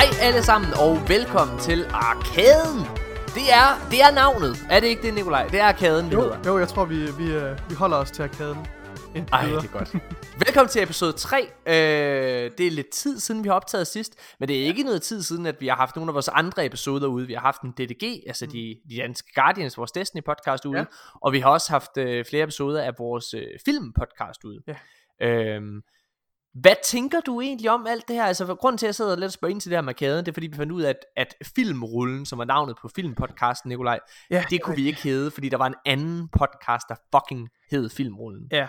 Hej alle sammen, og velkommen til Arkaden. Det er navnet. Er det ikke det, Nikolaj? Det er Arkaden, det hedder. Jo, jeg tror, vi holder os til Arkaden. Ej, det er godt. Velkommen til episode 3. Det er lidt tid siden, vi har optaget sidst. Men det er ikke noget tid siden, at vi har haft nogle af vores andre episoder ude. Vi har haft en DDG, altså de danske Guardians, vores Destiny podcast ude. Ja. Og vi har også haft flere episoder af vores film podcast ude. Ja. Hvad tænker du egentlig om alt det her? Altså grunden til at jeg sidder og lidt og spørger ind til det her med Arkaden, det er fordi vi fandt ud af at filmrullen, som var navnet på filmpodcasten, Nikolaj, det kunne vi ikke hedde, fordi der var en anden podcast, der fucking hed Filmrullen. Ja.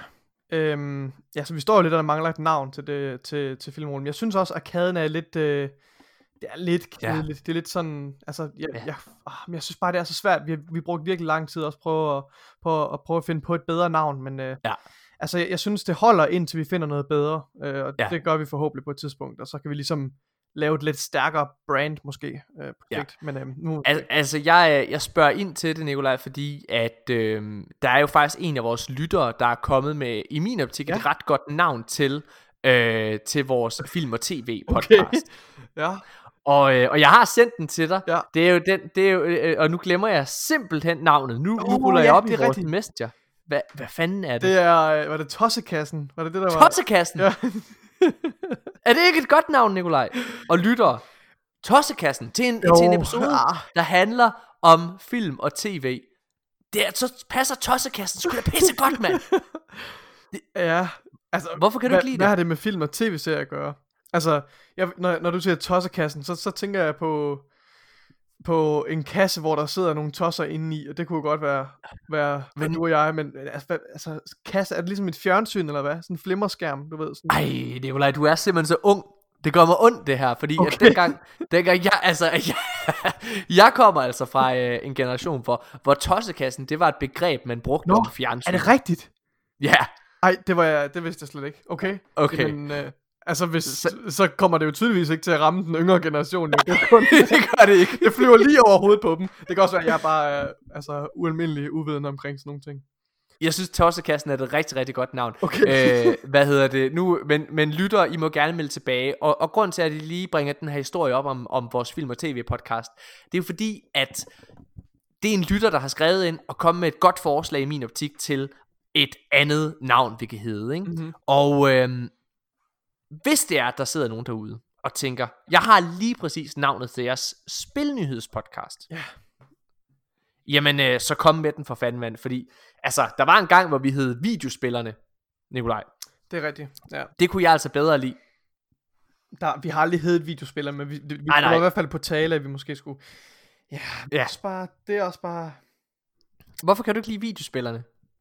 Så vi står jo lidt og mangler et navn til filmrullen. Jeg synes også at Arkaden er lidt det er lidt kedeligt. Det er lidt sådan, altså jeg synes bare det er så svært. Vi brugte virkelig lang tid også prøve at finde på et bedre navn, men altså jeg synes det holder indtil vi finder noget bedre, og det gør vi forhåbentlig på et tidspunkt, og så kan vi ligesom lave et lidt stærkere brand måske projekt. Men nu altså jeg spørger ind til det, Nikolaj, fordi at der er jo faktisk en af vores lyttere, der er kommet med i min optik et ret godt navn til vores film og tv podcast. Okay. Ja. Og jeg har sendt den til dig. Ja. Det er jo og nu glemmer jeg simpelthen navnet. Nu ruller jeg op i vores messenger. Hvad fanden er det? Det er, var det Tossekassen? Var det det, der var? Tossekassen? Ja. Er det ikke et godt navn, Nikolaj? Og lytter, Tossekassen til en episode, der handler om film og tv. Så passer Tossekassen sgu da pisse godt, mand. Ja, altså hvorfor kan du ikke lide det? Hvad har det med film og tv-serier at gøre? Altså, når du siger Tossekassen, så tænker jeg på en kasse, hvor der sidder nogle tosser inde i, og det kunne godt være du og jeg, men altså kasse, er det ligesom et fjernsyn, eller hvad? Sådan en flimmerskærm, du ved. Sådan. Ej, Nikolaj, du er simpelthen så ung. Det gør mig ondt det her, fordi at dengang jeg kommer altså fra en generation, hvor Tossekassen, det var et begreb, man brugte om fjernsyn. Er det rigtigt? Ja. Ej, det vidste jeg slet ikke. Okay. Men, altså så kommer det jo tydeligvis ikke til at ramme den yngre generation. Det gør det ikke. Det flyver lige over hovedet på dem. Det kan også være, at jeg bare er ualmindelig uvidende omkring sådan nogle ting. Jeg synes Tossekassen er et rigtig, rigtig godt navn. Okay. Hvad hedder det nu? Men lytter, I må gerne melde tilbage. Og grund til at I lige bringer den her historie op om vores film og tv podcast, det er jo fordi at det er en lytter, der har skrevet ind og kommet med et godt forslag i min optik til et andet navn, vi kan hedde, ikke? Mm-hmm. Og hvis det er, at der sidder nogen derude og tænker, jeg har lige præcis navnet til jeres spilnyhedspodcast, jamen så kom med den for fanden, mand. Fordi altså, der var en gang, hvor vi hed Videospillerne, Nikolaj. Det er rigtigt, ja. Det kunne jeg altså bedre lide. Vi har aldrig heddet Videospillere, men vi var i hvert fald på tale, at vi måske skulle. Ja. Det er også bare. Hvorfor kan du ikke lide Videospillerne?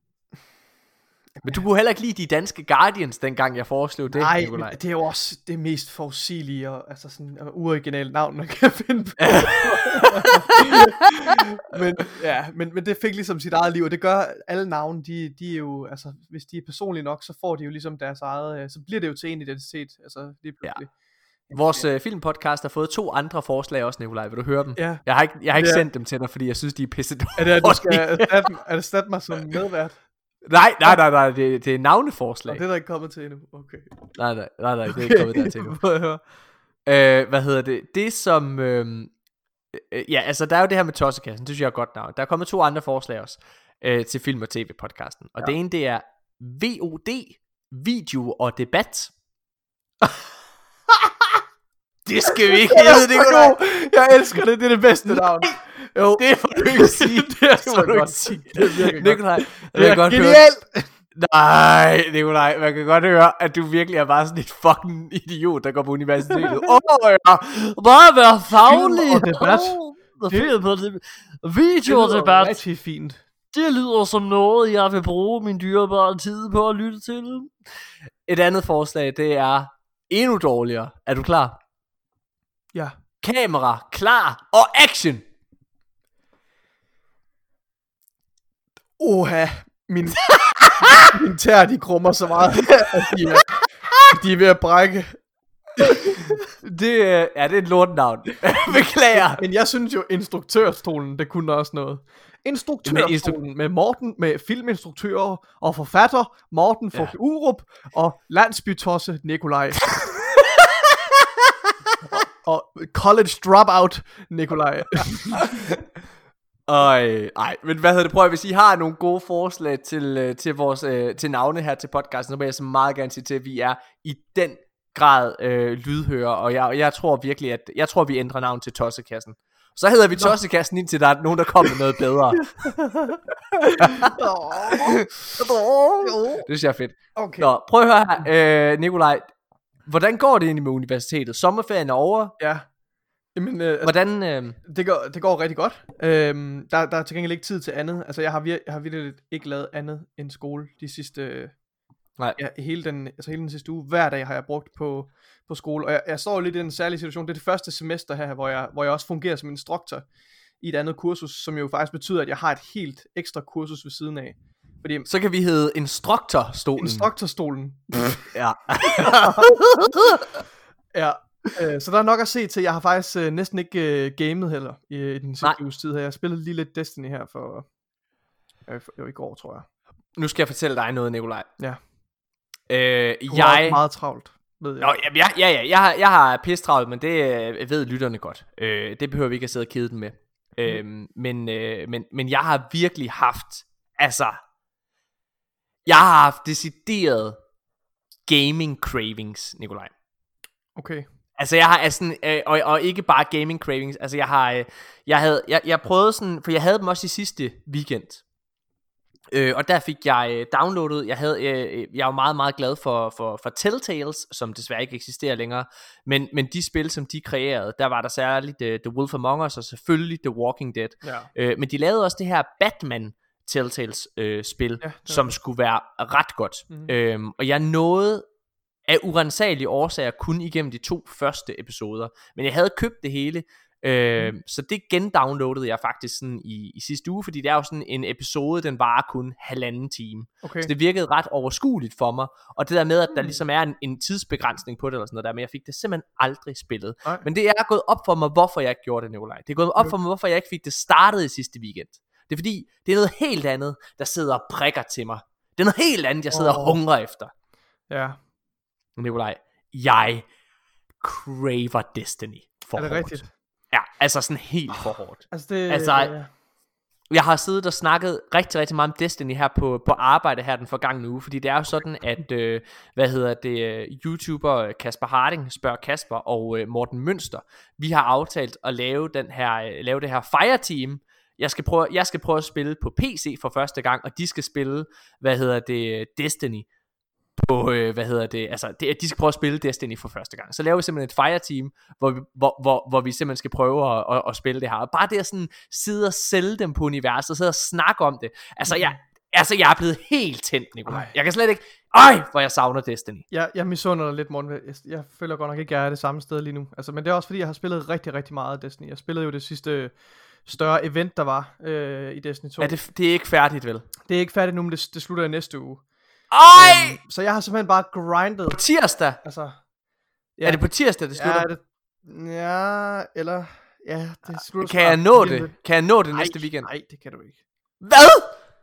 Men du kunne heller ikke lide de danske Guardians, dengang jeg foreslog det, Nikolaj. Nej, det er jo også det mest forudsigelige og altså sådan uoriginale navn, man kan finde på. men det fik ligesom sit eget liv, og det gør alle navne, de er jo, altså hvis de er personlige nok, så får de jo ligesom deres eget, så bliver det jo til en identitet, altså lige pludselig. Ja. Vores filmpodcast har fået 2 andre forslag også, Nikolaj. Vil du høre dem? Ja. Jeg har ikke sendt dem til dig, fordi jeg synes, de er pisse dårlige. Er det, at du skal erstatte mig som medvært? Nej, det er navneforslag. Og det er der ikke kommet til endnu. Okay. Nej, det er ikke kommet der til endnu. Hvad hedder det? Det som altså der er jo det her med Tossekassen. Det synes jeg er godt navn. Der er kommet 2 andre forslag også til film og tv podcasten. Og det ene, det er VOD, video og debat. Det skal vi ikke hedde, Nikolaj. Jeg elsker det, det er det bedste navn. Jo, det må du ikke sige. Det må du ikke sige. Nikolaj, det er genialt. Nej, Nikolaj, man kan godt høre, at du virkelig er bare sådan et fucking idiot, der går på universitetet. Ja, bare være faglig. Video og debat. Det er rigtig fint. Det lyder som noget, jeg vil bruge min dyrebare tid på at lytte til. Et andet forslag, det er endnu dårligere. Er du klar? Ja. Kamera, klar og action. Oha, min tær, de krummer så meget, at de er ved at brække. Det er et lortnavn. Beklager. Men jeg synes jo, instruktørstolen, det kunne også noget. Instruktørstolen med Morten, med filminstruktører og forfatter Morten Fogh Urup og landsbytosse Nikolaj. Og college dropout, Nikolaj. Ej, men hvad hedder det? Prøv at, hvis I har nogle gode forslag til vores til navne her til podcasten, så vil jeg så meget gerne sige til, at vi er i den grad lydhører, og jeg tror virkelig, vi ændrer navn til Tossekassen. Så hedder vi Tossekassen, indtil der er nogen, der kommer med noget bedre. Det synes jeg er fedt. Okay. Nå, prøv at høre her, Nikolaj. Hvordan går det egentlig med universitetet? Sommerferien er over. Ja. Jamen, hvordan? Det går rigtig godt. Der er til gengæld ikke tid til andet. Altså, jeg har virkelig ikke lavet andet end skole de sidste... Nej. Ja, hele den sidste uge. Hver dag har jeg brugt på skole. Og jeg står lidt i en særlig situation. Det er det første semester her, hvor jeg også fungerer som instruktor i et andet kursus, som jo faktisk betyder, at jeg har et helt ekstra kursus ved siden af. Fordi, så kan vi hedde instruktorstolen. Instruktorstolen. Ja. Ja. Så der er nok at se til. Jeg har faktisk næsten ikke gamet heller i den sidste uges tid her. Jeg spillede lige lidt Destiny her for i går, tror jeg. Nu skal jeg fortælle dig noget, Nikolaj. Ja. Jeg er meget travlt, ved jeg. Nå, jeg har pisse travlt, men det ved lytterne godt. Det behøver vi ikke at sidde og kede dem med. Men jeg har virkelig haft, altså, jeg har haft decideret gaming cravings, Nikolaj. Okay. Altså jeg har sådan, og ikke bare gaming cravings. Altså jeg prøvede sådan, for jeg havde dem også i sidste weekend. Og der fik jeg downloadet. Jeg var meget meget glad for Telltales, som desværre ikke eksisterer længere. Men de spil som de kreerede, der var der særligt The Wolf Among Us og selvfølgelig The Walking Dead. Ja. Men de lavede også det her Batman Telltales spil, som skulle være ret godt. Mm-hmm. Og jeg nåede af urensagelige årsager kun igennem de 2 første episoder. Men jeg havde købt det hele. Så det gendownloadede jeg faktisk sådan i sidste uge, fordi det er jo sådan en episode, den varer kun 1,5 time. Okay. Så det virkede ret overskueligt for mig. Og det der med, at der ligesom er en tidsbegrænsning på det eller sådan noget der, men jeg fik det simpelthen aldrig spillet. Nej. Men det er gået op for mig, hvorfor jeg ikke gjorde det, Nikolaj. Det er gået op for mig, hvorfor jeg ikke fik det startet i sidste weekend. Det er fordi, det er noget helt andet, der sidder og prikker til mig. Det er noget helt andet, jeg sidder og hungrer efter. Ja. Nikolaj, jeg craver Destiny for hårdt. Er det rigtigt? Ja, altså sådan helt for hårdt. Altså, jeg har siddet og snakket rigtig, rigtig meget om Destiny her på arbejde her den forgangne uge, fordi det er jo sådan, at, YouTuber Kasper Harding spørger Kasper og Morten Mønster, vi har aftalt at lave det her Fireteam. Jeg skal prøve at spille på PC for første gang, og de skal spille, Destiny på, de skal prøve at spille Destiny for første gang. Så laver vi simpelthen et Fireteam, hvor vi simpelthen skal prøve at spille det her. Og bare det at sådan sidde og sælge dem på universet, og sidde og snakke om det. Jeg er blevet helt tændt, Nikolaj. Jeg kan slet ikke, hvor jeg savner Destiny. Jeg misunder dig lidt, Morten. Jeg føler godt nok ikke, at jeg er det samme sted lige nu. Altså, men det er også fordi, jeg har spillet rigtig, rigtig meget Destiny. Jeg spillede jo det sidste større event, der var i Destiny 2. Det er ikke færdigt, vel? Det er ikke færdigt nu, men det slutter i næste uge. Så jeg har simpelthen bare grindet. På tirsdag? Altså, ja. Er det på tirsdag, det slutter? Det slutter. Kan jeg nå det? Kan jeg nå det næste weekend? Nej, det kan du ikke. Hvad?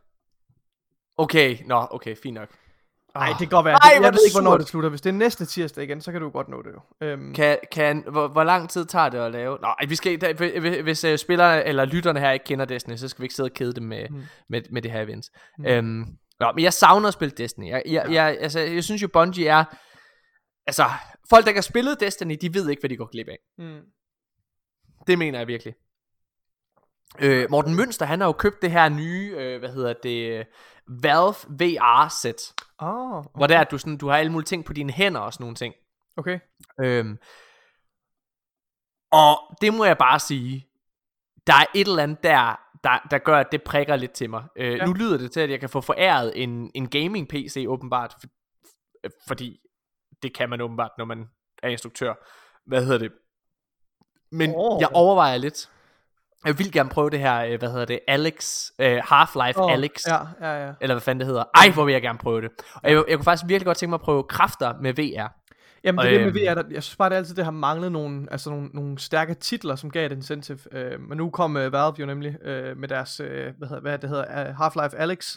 Okay, fint nok. Nej, det kan godt være. Jeg ved ikke, hvornår det slutter. Hvis det er næste tirsdag igen, så kan du godt nå det jo. Hvor lang tid tager det at lave? Nej, hvis spillerne eller lytterne her ikke kender Destiny, så skal vi ikke sidde og kede dem med det her event. Men jeg savner at spille Destiny. Jeg synes jo Bungie er, altså folk der ikke har spillet Destiny, de ved ikke hvad de går glip af. Det mener jeg virkelig. Morten Mønster, han har jo købt det her nye Valve VR sæt. Okay. Hvor det er at du har alle mulige ting på dine hænder og sådan nogle ting. Okay. Og det må jeg bare sige, der er et eller andet der gør at det prikker lidt til mig. Nu lyder det til at jeg kan få foræret en gaming PC åbenbart, fordi det kan man åbenbart når man er instruktør. Men jeg overvejer lidt. Jeg vil gerne prøve det her, Alex, Half-Life Alex, ja. eller hvad fanden det hedder. Hvor vil jeg gerne prøve det. Og jeg kunne faktisk virkelig godt tænke mig at prøve kræfter med VR. Jamen det med VR, jeg synes bare det altid det har manglet nogle stærke titler, som gav et incentive. Men nu kom Valve jo nemlig med deres, hvad det hedder, Half-Life Alex,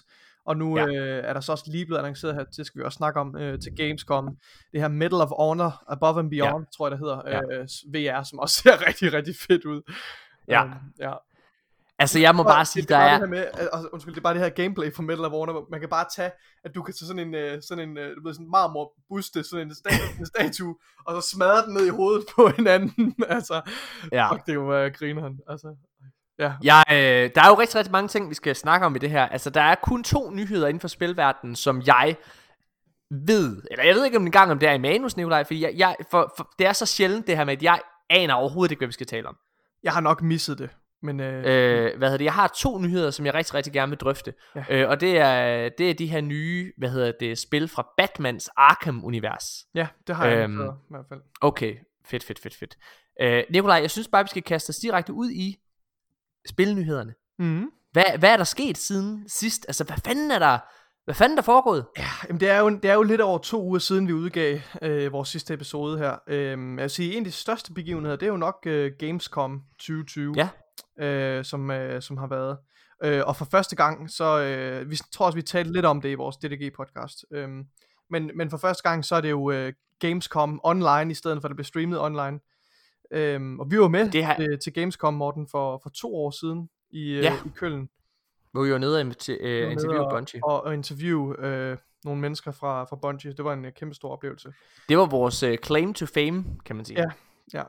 Og nu er der så også lige blevet annonceret her, det skal vi også snakke om til Gamescom, det her Medal of Honor Above and Beyond, tror jeg det hedder, VR, som også ser rigtig, rigtig fedt ud. Ja. Ja. Altså jeg må bare sige, det er det her med, undskyld, det er bare det her gameplay fra Medal of Honor, hvor man kan bare tage, at du kan tage sådan en sådan en marmorbuste, sådan en statue, og så smadre den ned i hovedet på hinanden. Altså, fuck, det er jo grineren. Altså, ja. Der er jo rigtig, rigtig mange ting, vi skal snakke om i det her. Altså, der er kun 2 nyheder inden for spilverdenen, som jeg ved, eller jeg ved ikke om det er i manus, Nikolaj, fordi det er så sjældent det her med, at jeg aner overhovedet ikke, hvad vi skal tale om. Jeg har nok misset det. Men, jeg har 2 nyheder, som jeg rigtig, rigtig gerne vil drøfte. Og det er de her nye, spil fra Batmans Arkham-univers. Ja, det har jeg i hvert fald. Okay, fedt. Nikolaj, jeg synes bare, vi skal kaste os direkte ud i spilnyhederne. Mm-hmm. Hvad er der sket siden sidst? Altså, hvad fanden er der foregået? Ja, jamen det er jo lidt over 2 uger siden, vi udgav vores sidste episode her. Jeg vil sige, en af de største begivenheder, det er jo nok Gamescom 2020. Ja. Som har været. Og for første gang, så vi tror også, vi talte lidt om det i vores DDG-podcast. Men for første gang, så er det jo Gamescom online, i stedet for at det blev streamet online. Og vi var med til Gamescom, Morten, for 2 år siden i Køln. Hvor vi var nede og interviewe Bungie. Og interviewe nogle mennesker fra Bungie. Det var en kæmpe stor oplevelse. Det var vores claim to fame, kan man sige. Ja.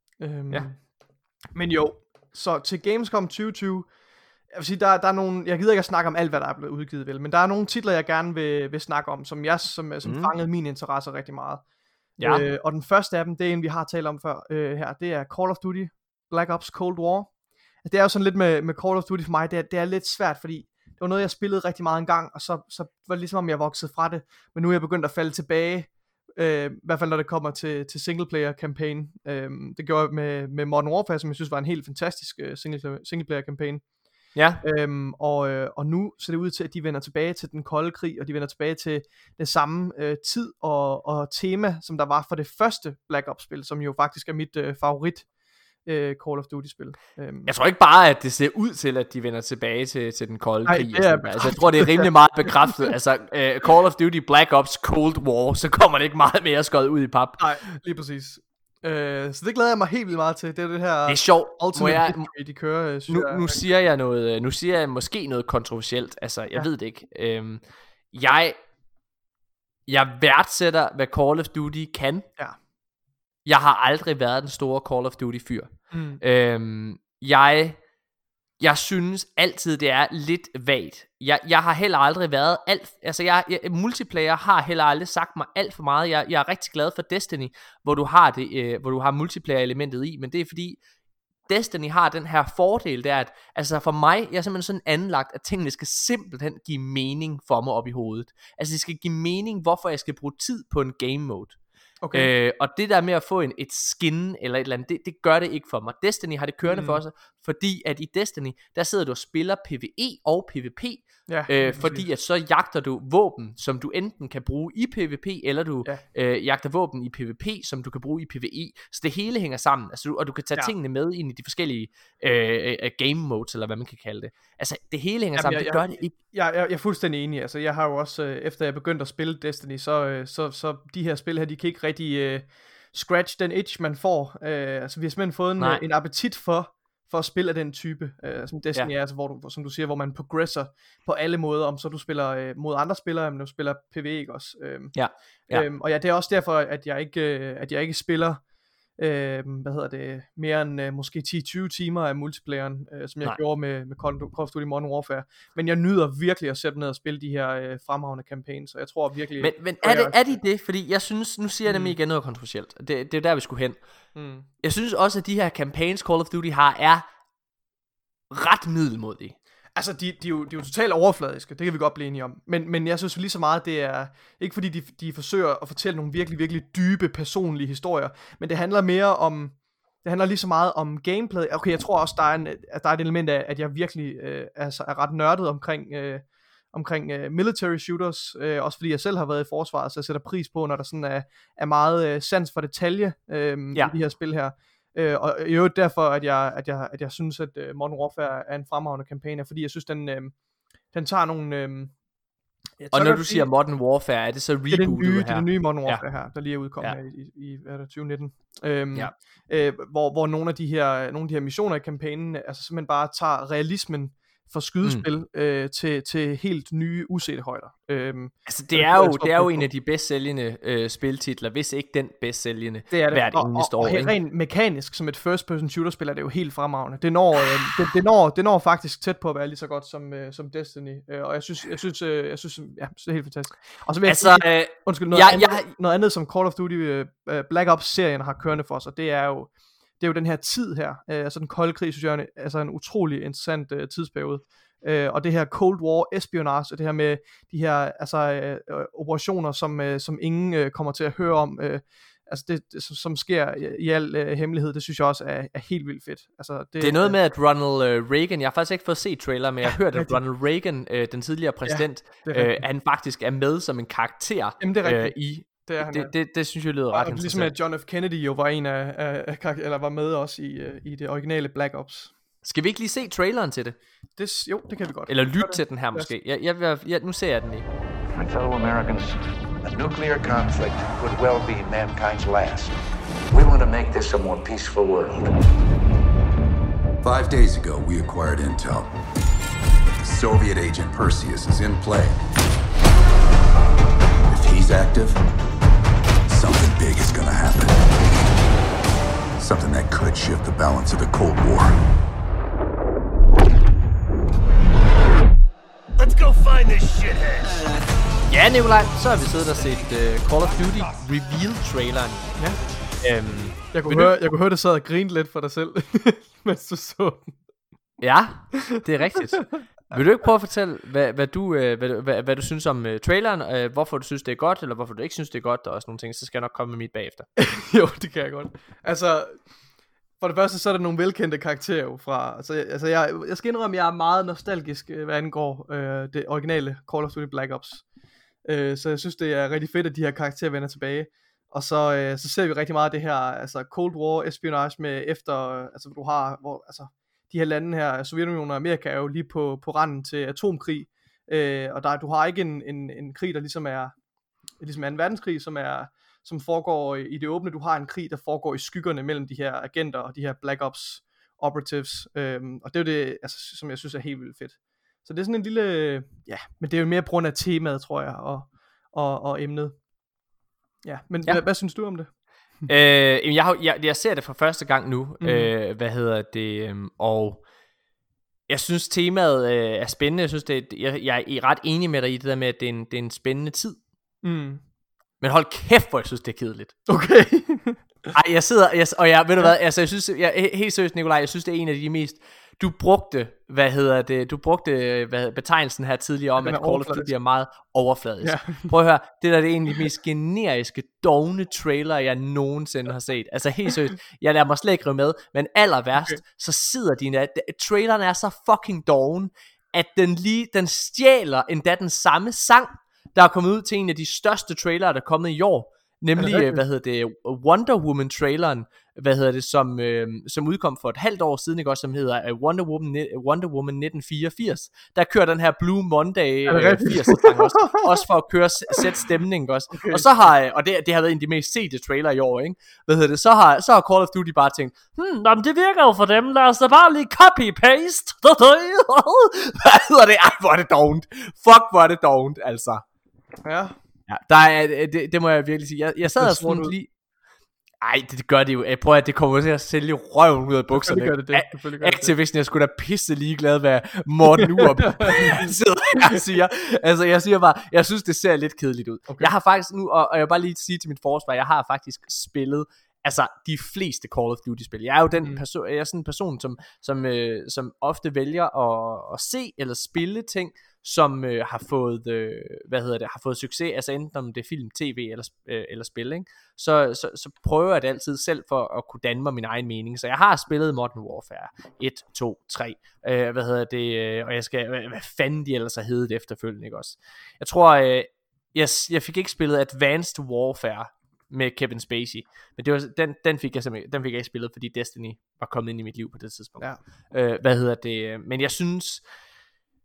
Men jo, så til Gamescom 2020, jeg vil sige, der er nogle, jeg gider ikke at snakke om alt, hvad der er blevet udgivet, vel, men der er nogle titler, jeg gerne vil snakke om, som fangede min interesse rigtig meget. Ja. Og den første af dem, det er en, vi har talt om før her, det er Call of Duty Black Ops Cold War. Det er jo sådan lidt med Call of Duty for mig, det er lidt svært, fordi det var noget, jeg spillede rigtig meget engang, og så var det ligesom, om jeg voksede fra det, men nu er jeg begyndt at falde tilbage, i hvert fald når det kommer til singleplayer campaign. Det gjorde jeg med Modern Warfare, som jeg synes var en helt fantastisk singleplayer campaign. Ja. Og nu ser det ud til, at de vender tilbage til den kolde krig, og de vender tilbage til det samme tid og tema, som der var for det første Black Ops spil, som jo faktisk er mit favorit Call of Duty spil. Jeg tror ikke bare, at det ser ud til, at de vender tilbage til den kolde krig. Altså, jeg tror, det er rimelig meget bekræftet. Altså, Call of Duty Black Ops Cold War, så kommer det ikke meget mere skåret ud i pap. Nej, lige præcis. Så det glæder jeg mig helt vildt meget til. Det er det her. Det er sjovt. De kører. Nu siger jeg måske noget kontroversielt. Altså, jeg ved det ikke. Jeg værdsætter, hvad Call of Duty kan. Ja. Jeg har aldrig været den store Call of Duty fyr. Jeg synes altid det er lidt vagt. Jeg har heller aldrig været multiplayer har heller aldrig sagt mig alt for meget. Jeg er rigtig glad for Destiny, hvor du har multiplayer elementet i, men det er fordi Destiny har den her fordel, der at altså for mig, jeg er simpelthen sådan anlagt, at tingene skal simpelthen give mening for mig op i hovedet. Altså det skal give mening, hvorfor jeg skal bruge tid på en game mode. Okay. Og det der med at få et skin eller et eller andet, det gør det ikke for mig. Destiny har det kørende for sig, fordi at i Destiny, der sidder du og spiller PvE og PvP, fordi at så jagter du våben, som du enten kan bruge i PvP, eller du jagter våben i PvP, som du kan bruge i PvE. Så det hele hænger sammen, altså, og du kan tage tingene med ind i de forskellige game modes, eller hvad man kan kalde det. Altså det hele hænger sammen, det gør det ikke. Jeg er fuldstændig enig, altså jeg har jo også, efter jeg begyndte at spille Destiny, så de her spil her, de kan ikke rigtig scratch den itch, man får. Altså vi har simpelthen fået en appetit for at spille af den type, som Destiny er, altså, hvor du, som du siger, hvor man progresser på alle måder, om så du spiller mod andre spillere, men du spiller PvE, ikke også? Og det er også derfor, at jeg ikke spiller mere end måske 10-20 timer af multiplayeren, som jeg gjorde med Call of Duty Modern Warfare. Men jeg nyder virkelig at sætte ned og spille de her fremragende campaigns, så jeg tror virkelig... Men er de det? Fordi jeg synes, nu siger jeg nemlig igen noget kontroversielt. Det er der, vi skulle hen. Jeg synes også, at de her campaigns Call of Duty har, er ret middelmodige. Altså, de er jo totalt overfladiske, det kan vi godt blive enige om. Men jeg synes lige så meget, det er ikke fordi de forsøger at fortælle nogle virkelig, virkelig dybe personlige historier, men det handler mere om, det handler lige så meget om gameplay. Okay, jeg tror også, der er et element af, at jeg virkelig er ret nørdet omkring military shooters, også fordi jeg selv har været i forsvaret, så jeg sætter pris på, når der sådan er meget sans for detalje i de her spil her. Og i øvrigt derfor, at jeg synes, at Modern Warfare er en fremragende kampagne, fordi jeg synes, den tager nogle Og når du siger Modern Warfare, er det så rebootet her? Det er den nye Modern Warfare her, der lige er udkommet her i hvad er det, 2019. Hvor nogle af de her missioner i kampagnen, altså simpelthen bare tager realismen for skydespil til helt nye usete højder. Altså det er jo en af de bedst sælgende spiltitler, hvis ikke den bedst sælgende hvert eneste år. Og rent mekanisk som et first person shooter spil er det jo helt fremragende. Det når faktisk tæt på at være lige så godt som Destiny, og jeg synes det er helt fantastisk. Og så vil jeg sige, noget andet som Call of Duty Black Ops serien har kørende for sig, det er jo den her tid her, altså den kolde krig, synes jeg er en utrolig interessant tidsperiode. Og det her Cold War espionage, og det her med de her operationer, som ingen kommer til at høre om, altså det som sker i al hemmelighed, det synes jeg også er helt vildt fedt. Altså, det er noget med, at Ronald Reagan, jeg har faktisk ikke fået set trailer, men jeg har hørt, at Ronald Reagan, den tidligere præsident, han faktisk er med som en karakter i... Det synes jeg lyder ret interessant. Ligesom at John F. Kennedy jo var en af eller var med også i det originale Black Ops. Skal vi ikke lige se traileren til det? Jo, det kan vi godt. Eller lytte til den her måske. Nu ser jeg den lige. My fellow Americans, a nuclear conflict could well be mankind's last. We want to make this a more peaceful world. 5 days ago, we acquired intel. The Soviet agent Perseus is in play. If he's active, something big is gonna happen. Something that could shift the balance of the Cold War. Let's go find this shithead. Ja, Nikolaj, så har vi siddet og set Call of Duty Reveal-traileren. Ja. Jeg kunne høre, du sad og grinte lidt for dig selv, mens du så den. Ja, det er rigtigt. Vil du ikke prøve at fortælle, hvad du synes om traileren, hvorfor du synes, det er godt, eller hvorfor du ikke synes, det er godt, og også nogle ting, så skal jeg nok komme med mit bagefter. Jo, det kan jeg godt. Altså, for det første, så er der nogle velkendte karakterer jo fra, altså jeg skal indrømme, at jeg er meget nostalgisk, hvad angår det originale Call of Duty Black Ops. Så jeg synes, det er rigtig fedt, at de her karakterer vender tilbage. Og så ser vi rigtig meget af det her, altså Cold War espionage med efter, altså du har, hvor, altså de her lande her, Sovjetunionen og Amerika er jo lige på randen til atomkrig, og du har ikke en krig, der ligesom er 2. verdenskrig, som foregår i det åbne. Du har en krig, der foregår i skyggerne mellem de her agenter og de her Black Ops operatives, og det er jo det, altså, som jeg synes er helt vildt fedt. Så det er sådan en lille, men det er jo mere på grund af temaet, tror jeg, og emnet. Ja, men hvad synes du om det? Jeg ser det for første gang nu, og jeg synes temaet er spændende. Jeg synes jeg er ret enig med dig i det der med, at det er en spændende tid. Men hold kæft, hvor jeg synes det er kedeligt. Okay. Ej, ved du hvad, altså jeg synes, helt seriøst Nikolaj, jeg synes det er en af de mest, du brugte betegnelsen her tidligere om, at Call of Duty er meget overfladisk. Ja. Prøv at høre, det der er det egentlig mest generiske, dovne trailer, jeg nogensinde har set. Altså helt seriøst, jeg lader mig slet ikke rive med, men aller værst, så sidder traileren er så fucking doven, at den stjæler endda den samme sang, der er kommet ud til en af de største trailere, der er kommet i år. Nemlig, Wonder Woman traileren, som udkom for et halvt år siden, ikke også, som hedder Wonder Woman 1984. Der kører den her Blue Monday 80'er-sang også for at sætte stemning også. Okay. Og så har, og det har været en af de mest sete trailer i år, ikke? Så har Call of Duty bare tænkt, det virker jo for dem, lad os da bare lige copy-paste. Hvad hedder det? Ej, hvor er det dovent. Fuck, hvor er det dovent, altså. Ja. Ja, det må jeg virkelig sige. Jeg sad og sådan lige... Ej, det gør det jo. Jeg prøver, at det kommer til at sælge røven ud af bukserne. Activision, jeg skulle da pisse ligeglad, hvad Morten Urup sidder og siger. Altså, jeg siger bare, jeg synes, det ser lidt kedeligt ud. Okay. Jeg har faktisk nu, og jeg vil bare lige sige til mit forsvar, jeg har faktisk spillet altså de fleste Call of Duty spil. Jeg er jo jeg er sådan en person, som ofte vælger at se eller spille ting, som har fået succes, altså enten om det er film, tv eller spil, ikke? Så prøver jeg det altid selv for at kunne danne mig min egen mening. Så jeg har spillet Modern Warfare 1, 2, 3, og jeg skal, hvad fanden de ellers har heddet efterfølgende, ikke også? Jeg tror, jeg fik ikke spillet Advanced Warfare med Kevin Spacey, men det var den fik jeg ikke spillet, fordi Destiny var kommet ind i mit liv på det tidspunkt. Ja. Men jeg synes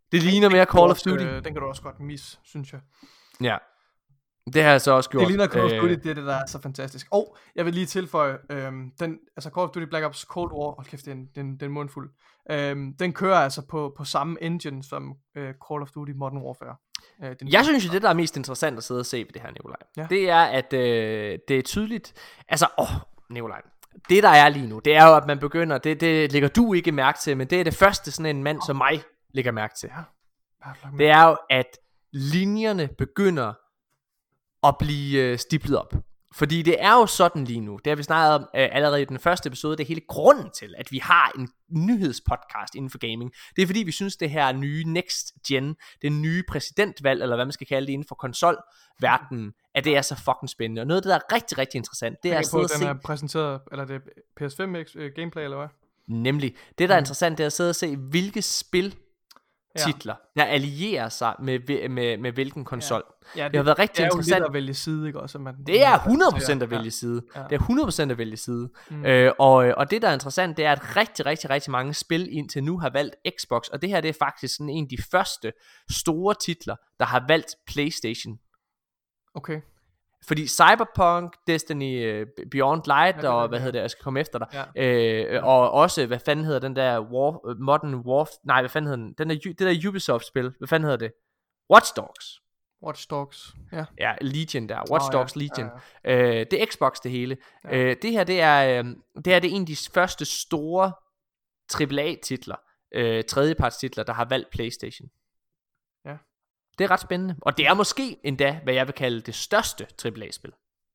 Det ligner mere Call of Duty. Den kan du også godt misse, synes jeg. Ja. Det har jeg så også gjort. Det ligner Call of Duty, det er det, der er så fantastisk. Og jeg vil lige tilføje, Call of Duty Black Ops Cold War, kæft, det er en mundfuld. Den kører altså på samme engine som Call of Duty Modern Warfare. Jeg synes jo, det der er mest interessant at sidde og se ved det her, Nikolaj, det er, at det er tydeligt. Altså, Nikolaj, det der er lige nu, det er jo, at man begynder, det lægger du ikke mærke til, men det er det første, sådan en mand som mig lægger mærke til. Det er jo, at linjerne begynder at blive stiplet op. Fordi det er jo sådan lige nu, det har vi snakket om allerede i den første episode, det er hele grunden til, at vi har en nyhedspodcast inden for gaming. Det er fordi, vi synes, det her nye next gen, det nye præsidentvalg, eller hvad man skal kalde det inden for konsolverdenen, at det er så fucking spændende. Og noget af det, der er rigtig, rigtig interessant, det er at sidde og se... Den er præsenteret, eller det er PS5 gameplay, eller hvad? Nemlig, det der er interessant, det er at sidde og se, hvilke spil titler, der allierer sig med hvilken konsol. Det har været rigtig interessant. Det er jo lidt at vælge side, ikke også? Det er 100% at vælge side. Det er 100% at vælge side. Og det der er interessant, det er, at rigtig, rigtig, rigtig mange spil indtil nu har valgt Xbox, og det her det er faktisk sådan en af de første store titler, der har valgt PlayStation. Okay. Fordi Cyberpunk, Destiny Beyond Light, og hvad hedder det, jeg skal komme efter dig, og også, hvad fanden hedder den der Modern Warfare, nej, hvad fanden hedder den, det der Ubisoft-spil, hvad fanden hedder det, Watch Dogs, ja, Legion der, Watch Dogs Legion, det er Xbox det hele, det her, det er en af de første store AAA-titler, tredjepartstitler, der har valgt PlayStation. Det er ret spændende. Og det er måske endda, hvad jeg vil kalde det største AAA-spil.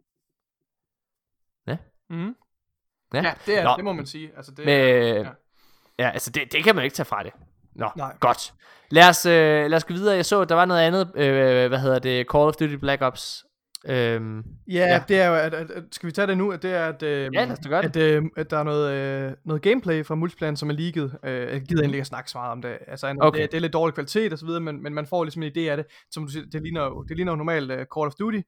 Ja. Ja, det må man sige. Altså, altså det kan man ikke tage fra det. Nej. Godt. Lad os gå videre. Jeg så, der var noget andet, Call of Duty Black Ops. Det er jo, at skal vi tage det nu, at det er, at, at der er noget gameplay fra multiplayeren, som er leaget. Jeg gider egentlig ikke at snakke så meget om det. Altså, det er lidt dårlig kvalitet og så videre, men man får ligesom en idé af det. Som du siger, det ligner jo normalt Call of Duty.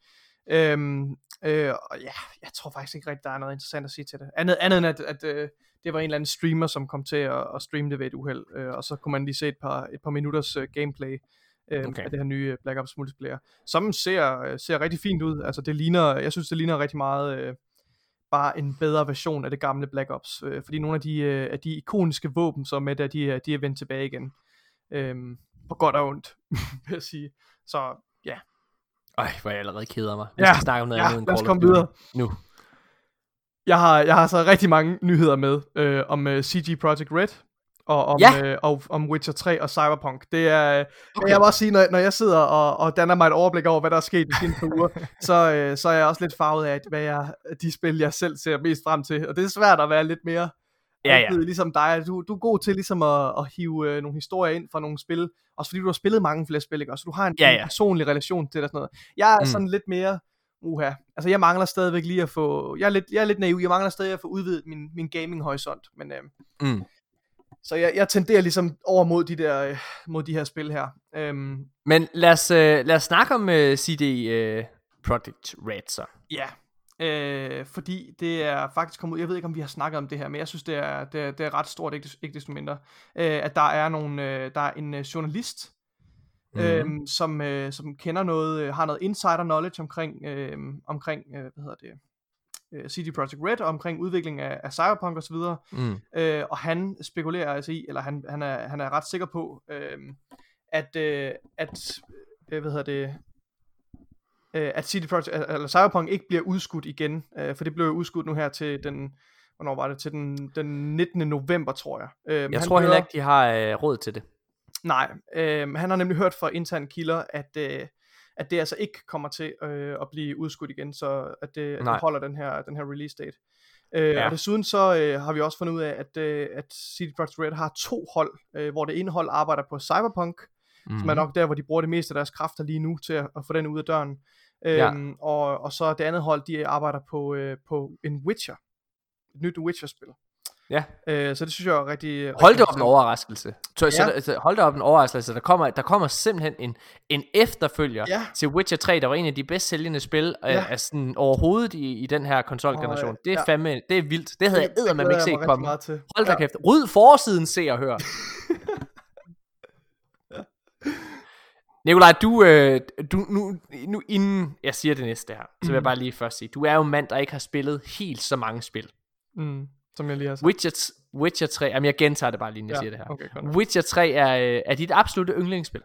Og jeg tror faktisk ikke rigtig, der er noget interessant at sige til det. Andet end at det var en eller anden streamer, som kom til at streame det ved et uheld, og så kunne man lige se et par minutters gameplay af det her nye Black Ops multiplayer, som ser rigtig fint ud. Altså jeg synes det ligner rigtig meget bare en bedre version af det gamle Black Ops, fordi nogle af de ikoniske våben, som er der, de er vendt tilbage igen, på godt og ondt, vil jeg sige. Så ja. Hvor jeg allerede keder mig. Vi skal snakke om noget andet end Call of Duty nu. Jeg har så rigtig mange nyheder med om CG Projekt Red og om Witcher 3 og Cyberpunk. Det er jeg vil også sige, når jeg sidder og danner mig et overblik over, hvad der er sket i sine uger, så er jeg også lidt farvet af, de spil, jeg selv ser mest frem til. Og det er svært at være lidt mere ligesom dig. Du er god til ligesom at hive nogle historier ind fra nogle spil, også fordi du har spillet mange flere spil, ikke? Så du har en personlig relation til det og sådan noget. Jeg er sådan lidt mere altså jeg mangler stadigvæk lige at få, jeg er lidt naiv, jeg mangler stadig at få udvidet min gaming horisont, men så jeg tenderer ligesom over mod de her spil her. Men lad os snakke om CD Projekt Red så. Ja. Fordi det er faktisk kommet ud, jeg ved ikke om vi har snakket om det her, men jeg synes det er ret stort, ikke desto mindre, at der er en journalist, som kender noget, har noget insider knowledge omkring CD Projekt Red, og omkring udvikling af Cyberpunk og så videre, og han spekulerer altså i, eller han er ret sikker på, at CD Projekt eller Cyberpunk ikke bliver udskudt igen, for det blev udskudt nu her til hvornår var det, til den 19. november, tror jeg. Jeg tror heller ikke, de har råd til det. Nej, han har nemlig hørt fra interne kilder, at det altså ikke kommer til at blive udskudt igen, så at det holder den her release date. Og desuden så har vi også fundet ud af, at CD Projekt Red har 2 hold, hvor det ene hold arbejder på Cyberpunk, som er nok der, hvor de bruger det meste af deres kræfter lige nu til at få den ud af døren. Og så det andet hold, de arbejder på en Witcher, et nyt Witcher-spil. Ja. Så det synes jeg er rigtig... Hold da op en overraskelse. Hold da op en overraskelse. Der kommer simpelthen en efterfølger til Witcher 3, der var en af de bedst sælgende spil af sådan overhovedet i den her konsolgeneration. Det er fandme, det er vildt. Det havde jeg eddermame ikke set komme. Hold da kæft. Ryd forsiden, se og hør. Nikolaj, du nu inden jeg siger det næste her, så vil jeg bare lige først sige, du er jo en mand, der ikke har spillet helt så mange spil. Som jeg lige har sagt. Witcher 3, jamen jeg gentager det bare lige, når jeg siger det her. Okay, Witcher 3 er dit absolutte yndlingsspil.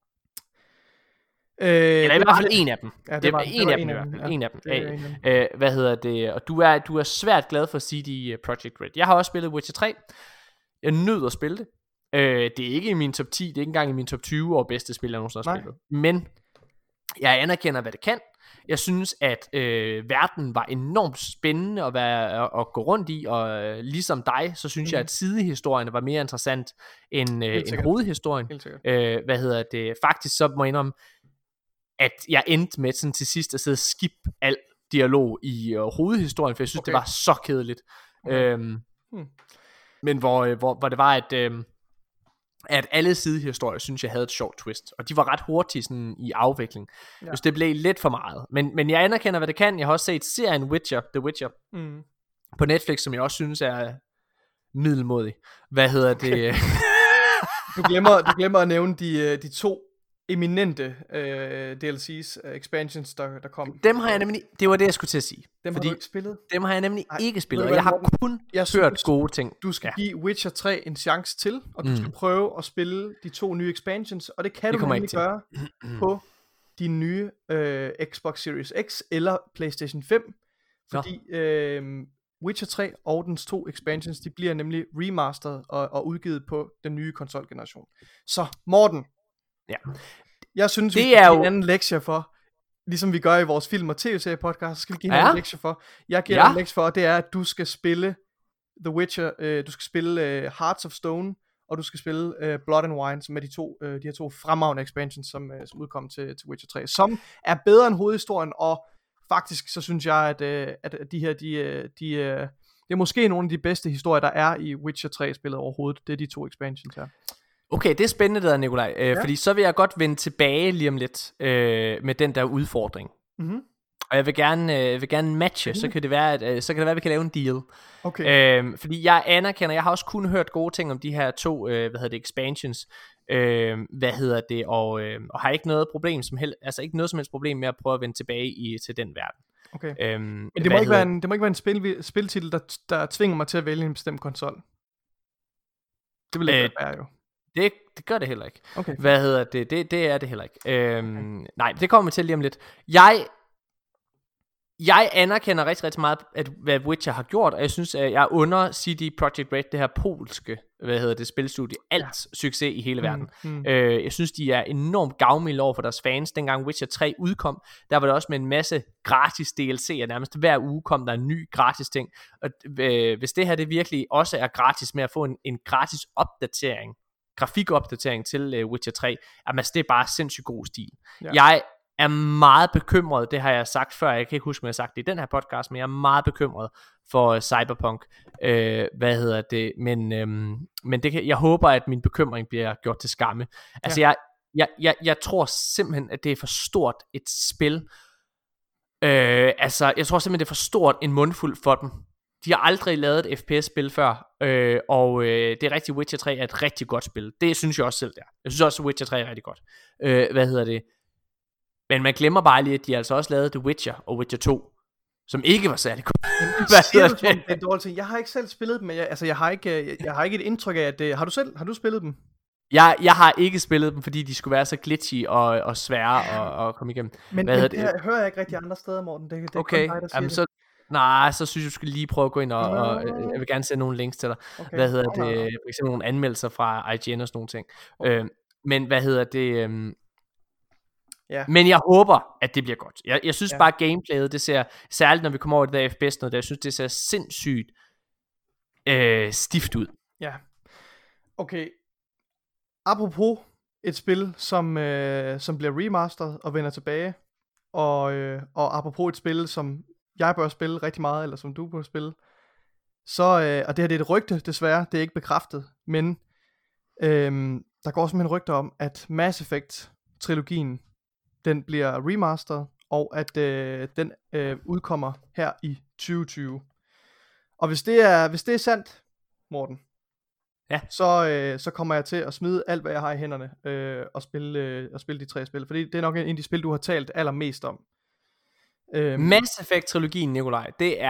Eller i hvert fald en af dem. Ja, det var en af dem i hvert fald. En af dem. Hvad hedder det? Og du er svært glad for CD Projekt Red. Jeg har også spillet Witcher 3. Jeg nød at spille det. Det er ikke i min top 10, det er ikke engang i min top 20 over bedste spil, jeg nogensinde har spillet. Men jeg anerkender, hvad det kan. Jeg synes, at verden var enormt spændende at gå rundt i, og ligesom dig, så synes jeg, at sidehistorien var mere interessant end hovedhistorien. Hvad hedder det? Faktisk så må jeg indrømme, at jeg endte med sådan til sidst at sidde og skip al dialog i hovedhistorien, for jeg synes, det var så kedeligt. Men hvor det var, at alle sidehistorier, synes jeg, havde et sjovt twist. Og de var ret hurtige sådan, i afvikling. Ja. Så det blev lidt for meget. Men jeg anerkender, hvad det kan. Jeg har også set serien The Witcher på Netflix, som jeg også synes er middelmådig. Hvad hedder det? Du glemmer at nævne de to eminente DLC's, expansions, der kom. Dem har jeg nemlig, det var det, jeg skulle til at sige. Dem har du ikke spillet? Dem har jeg nemlig ikke spillet, og jeg har kun hørt gode ting. Du skal give Witcher 3 en chance til, og du skal prøve at spille de to nye expansions, og det kan du nemlig gøre på din nye Xbox Series X eller PlayStation 5, fordi Witcher 3 og dens to expansions, de bliver nemlig remasteret og udgivet på den nye konsolgeneration. Så Morten, jeg synes, vi skal give en anden lektie for, ligesom vi gør i vores film- og tv-serie podcast, så skal vi give en lektie for. Jeg giver en lektie for, og det er, at du skal spille The Witcher, du skal spille Hearts of Stone, og du skal spille Blood and Wine, som er de her to fremragende expansions, som udkom til Witcher 3, som er bedre end hovedhistorien, og faktisk så synes jeg, at de her, det er måske nogle af de bedste historier, der er i Witcher 3-spillet overhovedet. Det er de to expansions her. Okay, det er spændende der, Nikolaj, fordi så vil jeg godt vende tilbage lige om lidt med den der udfordring. Og jeg vil gerne matche, så kan det være, at vi kan lave en deal. Okay. Fordi jeg anerkender, jeg har også kun hørt gode ting om de her to, expansions, og har ikke noget problem altså ikke noget som helst problem med at prøve at vende tilbage til den verden. Okay. Men det må ikke være en spiltitel, der tvinger mig til at vælge en bestemt konsol. Det vil ikke være jo. Det gør det heller ikke. Okay. Det er det heller ikke. Nej, det kommer vi til lige om lidt. Jeg anerkender rigtig, rigtig meget, hvad Witcher har gjort, og jeg synes, at jeg under CD Projekt Red, det her polske, spilstudie, succes i hele verden. Jeg synes, de er enormt gavmilde over for deres fans. Dengang Witcher 3 udkom, der var det også med en masse gratis DLC'er, nærmest hver uge kom der en ny gratis ting. Og hvis det her det virkelig også er gratis med at få en gratis opdatering, grafikopdatering til Witcher 3, altså det er bare sindssygt god stil. Ja. Jeg er meget bekymret, det har jeg sagt før, jeg kan ikke huske, om jeg har sagt det i den her podcast, men jeg er meget bekymret for Cyberpunk, men jeg håber, at min bekymring bliver gjort til skamme. Altså jeg tror simpelthen, at det er for stort et spil, jeg tror simpelthen, det er for stort en mundfuld for dem. De har aldrig lavet et FPS-spil før, og det er rigtigt, Witcher 3 er et rigtig godt spil. Det synes jeg også selv, der. Jeg synes også, at Witcher 3 er rigtig godt. Men man glemmer bare lige, at de altså også lavede The Witcher og Witcher 2, som ikke var særlig godt. Det er dårligt ting. Jeg har ikke selv spillet dem, men jeg har ikke et indtryk af, at har du spillet dem? Jeg har ikke spillet dem, fordi de skulle være så glitchy og svære at komme igennem. Men det hører jeg ikke rigtig andre steder, Morten. Det er okay, kun dig, der siger så synes jeg, du skal lige prøve at gå ind og jeg vil gerne sende nogle links til dig. Okay. For eksempel nogle anmeldelser fra IGN og sådan nogle ting. Okay. Men men jeg håber, at det bliver godt. Jeg synes bare, gameplayet, det ser, særligt når vi kommer over det der FPS noget, jeg synes, det ser sindssygt stift ud. Ja. Okay. Apropos et spil, som bliver remasteret og vender tilbage, og apropos et spil, som jeg bør spille rigtig meget, eller som du bør spille, så, og det her det er et rygte, desværre, det er ikke bekræftet, men der går simpelthen rygter om, at Mass Effect-trilogien, den bliver remasteret, og at den udkommer her i 2020. Og hvis det er sandt, Morten, så kommer jeg til at smide alt, hvad jeg har i hænderne, og spille de 3 spil. Fordi det er nok en af de spil, du har talt allermest om. Mass Effect-trilogien, Nikolaj, det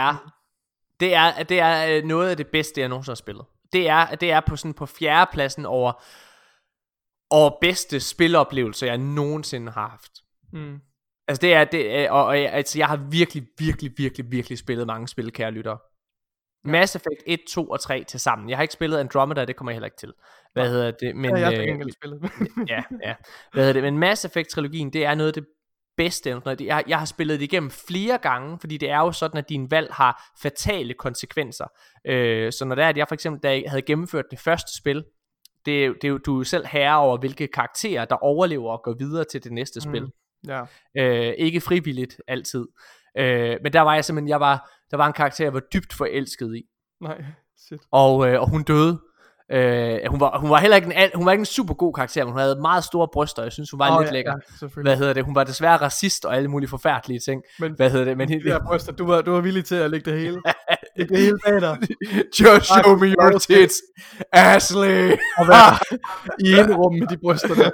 er noget af det bedste, jeg nogensinde har spillet. Det er på 4. pladsen over bedste spiloplevelser, jeg nogensinde har haft. Altså altså jeg har virkelig spillet mange spil, kære lyttere. Mass Effect 1, 2 og 3 til sammen. Jeg har ikke spillet Andromeda, det kommer jeg heller ikke til. Hedder det? Men, jeg har ikke spillet. Men Mass Effect-trilogien, det er noget af det bedste. Jeg har spillet det igennem flere gange, fordi det er jo sådan, at din valg har fatale konsekvenser. Så når det er, at jeg for eksempel, da jeg havde gennemført det første spil, du er jo selv herre over, hvilke karakterer, der overlever og går videre til det næste spil. Ja. Ikke frivilligt altid. Men der var jeg simpelthen, der var en karakter, jeg var dybt forelsket i. Nej, shit. Og hun døde. Hun var heller ikke hun var ikke en super god karakter, men hun havde meget store bryster. Jeg synes hun var lidt lækker. Hun var desværre racist og alle mulige forfærdelige ting. Men de der bryster, du var villig til at lægge det hele. Lægge det hele bag dig. Just show me your tits, Ashley. Og være i en rum med de bryster der.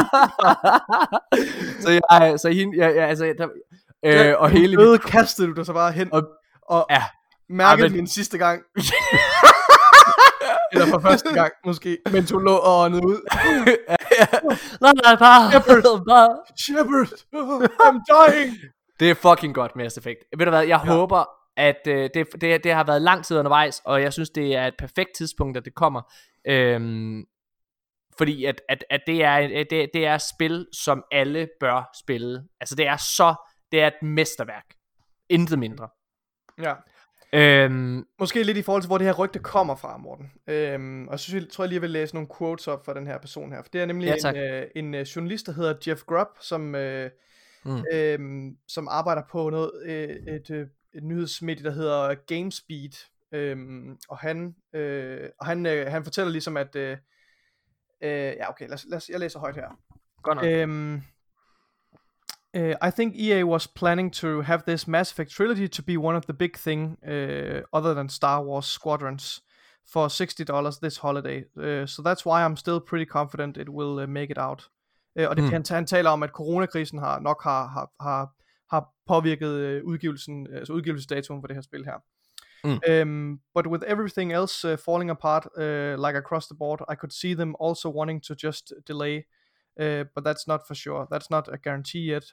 Og hele døde kastede du dig så bare hen og mærkede min sidste gang. Eller for første gang, måske, mens hun lå og åndede ud. Shepard, I'm dying. Det er fucking godt, Mass Effect. Ved du hvad, jeg håber, at det har været lang tid undervejs, og jeg synes, det er et perfekt tidspunkt, at det kommer. Fordi at det er spil, som alle bør spille. Altså, det er et mesterværk. Intet mindre. Ja. Måske lidt i forhold til, hvor det her rygte kommer fra, Morten. Og så tror jeg lige, jeg vil læse nogle quotes op for den her person her. For det er nemlig en journalist, der hedder Jeff Grubb, som arbejder på et nyhedsmedie, der hedder GameSpeed. Og han fortæller ligesom, at okay, jeg læser højt her. Godt nok. I think EA was planning to have this Mass Effect trilogy to be one of the big thing, other than Star Wars Squadrons, for $60 this holiday. So that's why I'm still pretty confident it will make it out. Og det han taler om, at coronakrisen har påvirket udgivelsesdatoen for det her spil her. But with everything else falling apart, like across the board, I could see them also wanting to just delay. But that's not for sure. That's not a guarantee yet.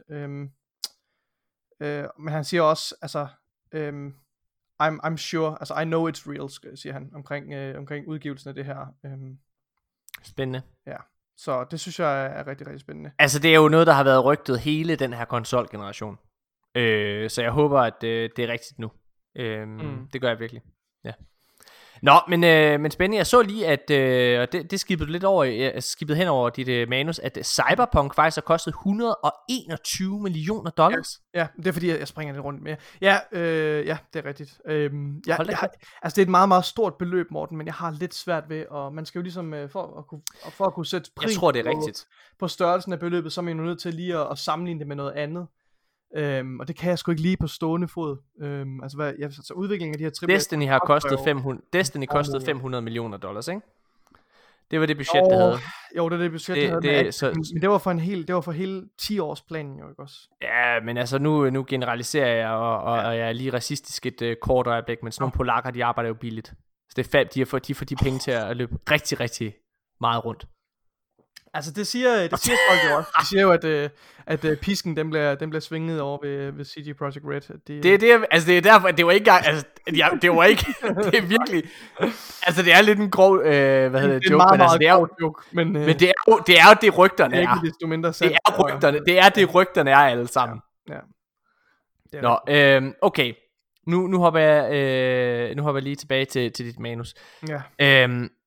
Men han siger også, altså, I'm sure, altså, I know it's real, siger han, omkring udgivelsen af det her. Spændende. Ja, så det synes jeg er rigtig, rigtig spændende. Altså, det er jo noget, der har været rygtet hele den her konsolgeneration. Så jeg håber, at det er rigtigt nu. Det gør jeg virkelig. Ja. Nå, men spændende. Jeg så lige, at det skippede lidt over, skippede hen over dit manus, at Cyberpunk faktisk har kostet $121 million. Ja, det er fordi, jeg springer lidt rundt med. Ja, det er rigtigt. Altså, det er et meget, meget stort beløb, Morten, men jeg har lidt svært ved, og man skal jo ligesom, for at kunne sætte pris jeg tror, det er rigtigt. På størrelsen af beløbet, så er man jo nødt til lige at sammenligne det med noget andet. Og det kan jeg sgu ikke lige på stående fod. Altså udviklingen af de her triple Destiny har kostet $500 million, ikke? Det var det budget, det havde. Jo, det er det budget, det havde. Men det var for hele 10 års planen jo, ikke også? Ja, men altså nu generaliserer jeg, og jeg er lige racistisk et kort øjeblik, men sådan nogle polakker, de arbejder jo billigt. Så det er fab, de får de penge til at løbe rigtig, rigtig meget rundt. Altså det siger folk jo også. De siger jo, at pisken den bliver svinget over ved CD Projekt Red. Det er derfor, det var ikke engang, altså, det var ikke, det er virkelig, altså det er lidt en grov, joke, men altså, det er jo joke, men det er jo det rygterne er. Ikke desto mindre sandt. Det er det rygterne er alle sammen. Ja. Nå, okay. Nu hopper jeg lige tilbage til dit manus. Ja.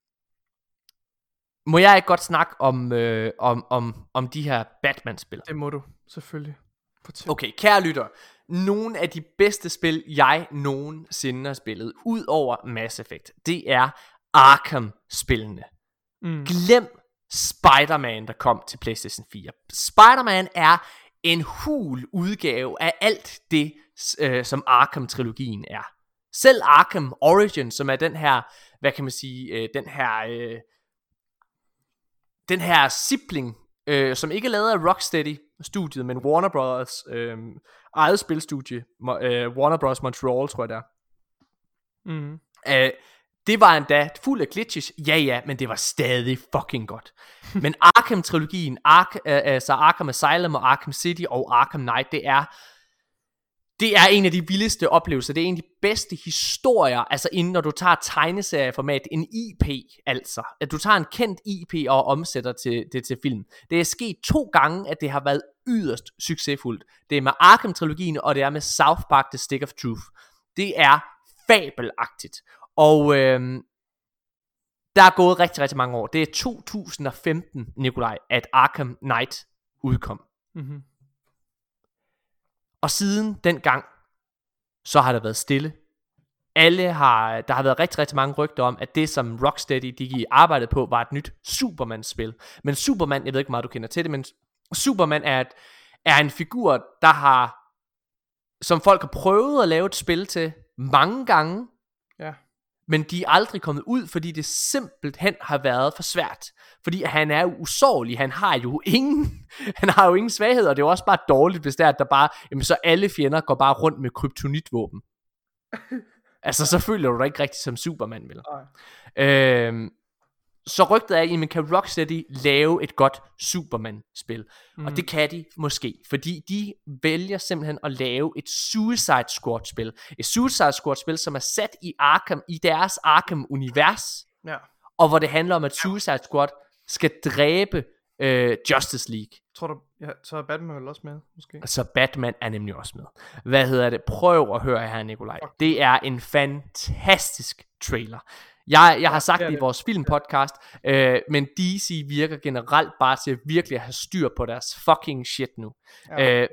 Må jeg ikke godt snakke om de her Batman-spil? Det må du, selvfølgelig. Fortæl. Okay, kære lytter. Nogle af de bedste spil, jeg nogensinde har spillet, ud over Mass Effect, det er Arkham-spillene. Glem Spider-Man, der kom til PlayStation 4. Spider-Man er en hul udgave af alt det, som Arkham-trilogien er. Selv Arkham Origin, som er den her, hvad kan man sige, den her sibling, som ikke er lavet af Rocksteady-studiet, men Warner Bros. Eget spilstudie, Warner Bros. Montreal, tror jeg det er. Mm. Det var endda fuld af glitches, ja, men det var stadig fucking godt. Men Arkham-trilogien, altså Arkham Asylum og Arkham City og Arkham Knight, det er en af de vildeste oplevelser. Det er en af de bedste historier, altså inden når du tager tegneserieformat, en IP altså. At du tager en kendt IP og omsætter det til film. Det er sket 2 gange, at det har været yderst succesfuldt. Det er med Arkham-trilogien, og det er med South Park The Stick of Truth. Det er fabelagtigt. Og der er gået rigtig, rigtig mange år. Det er 2015, Nikolaj, at Arkham Knight udkom. Mm-hmm. Og siden dengang, så har der været stille. Der har været rigtig, rigtig mange rygter om, at det som Rocksteady de arbejdede på, var et nyt Superman-spil. Men Superman, jeg ved ikke meget du kender til det, men Superman er en figur, som folk har prøvet at lave et spil til mange gange. Ja. Men de er aldrig kommet ud, fordi det simpelthen har været for svært. Fordi han er jo usårlig. Han har jo ingen svagheder. Og det er jo også bare dårligt, hvis det er, at der bare, jamen så alle fjender går bare rundt med kryptonitvåben. Altså så føler du dig ikke rigtig som Superman, vel? Så rygtet er, jamen kan Rocksteady lave et godt Superman-spil? Og det kan de måske, fordi de vælger simpelthen at lave et Suicide Squad-spil. Et Suicide Squad-spil, som er sat i deres Arkham-univers, ja. Og hvor det handler om, at Suicide Squad skal dræbe Justice League. Tror du, så er Batman vel også med, måske? Så Batman er nemlig også med. Prøv at høre her, Nikolaj. Det er en fantastisk trailer. Jeg har sagt det i vores filmpodcast, men DC virker generelt bare til virkelig at have styr på deres fucking shit nu. Ja.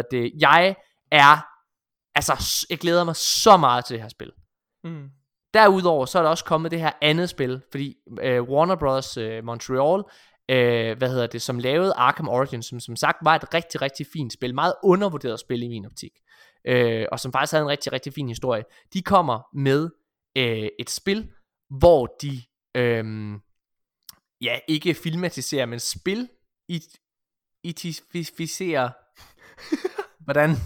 Jeg glæder mig så meget til det her spil. Mm. Derudover så er der også kommet det her andet spil, fordi Warner Bros. Montreal, som lavede Arkham Origin, som sagt var et rigtig, rigtig fint spil, meget undervurderet spil i min optik, og som faktisk havde en rigtig, rigtig fin historie. De kommer med et spil, hvor de ikke filmatiserer, men spilificerer hvordan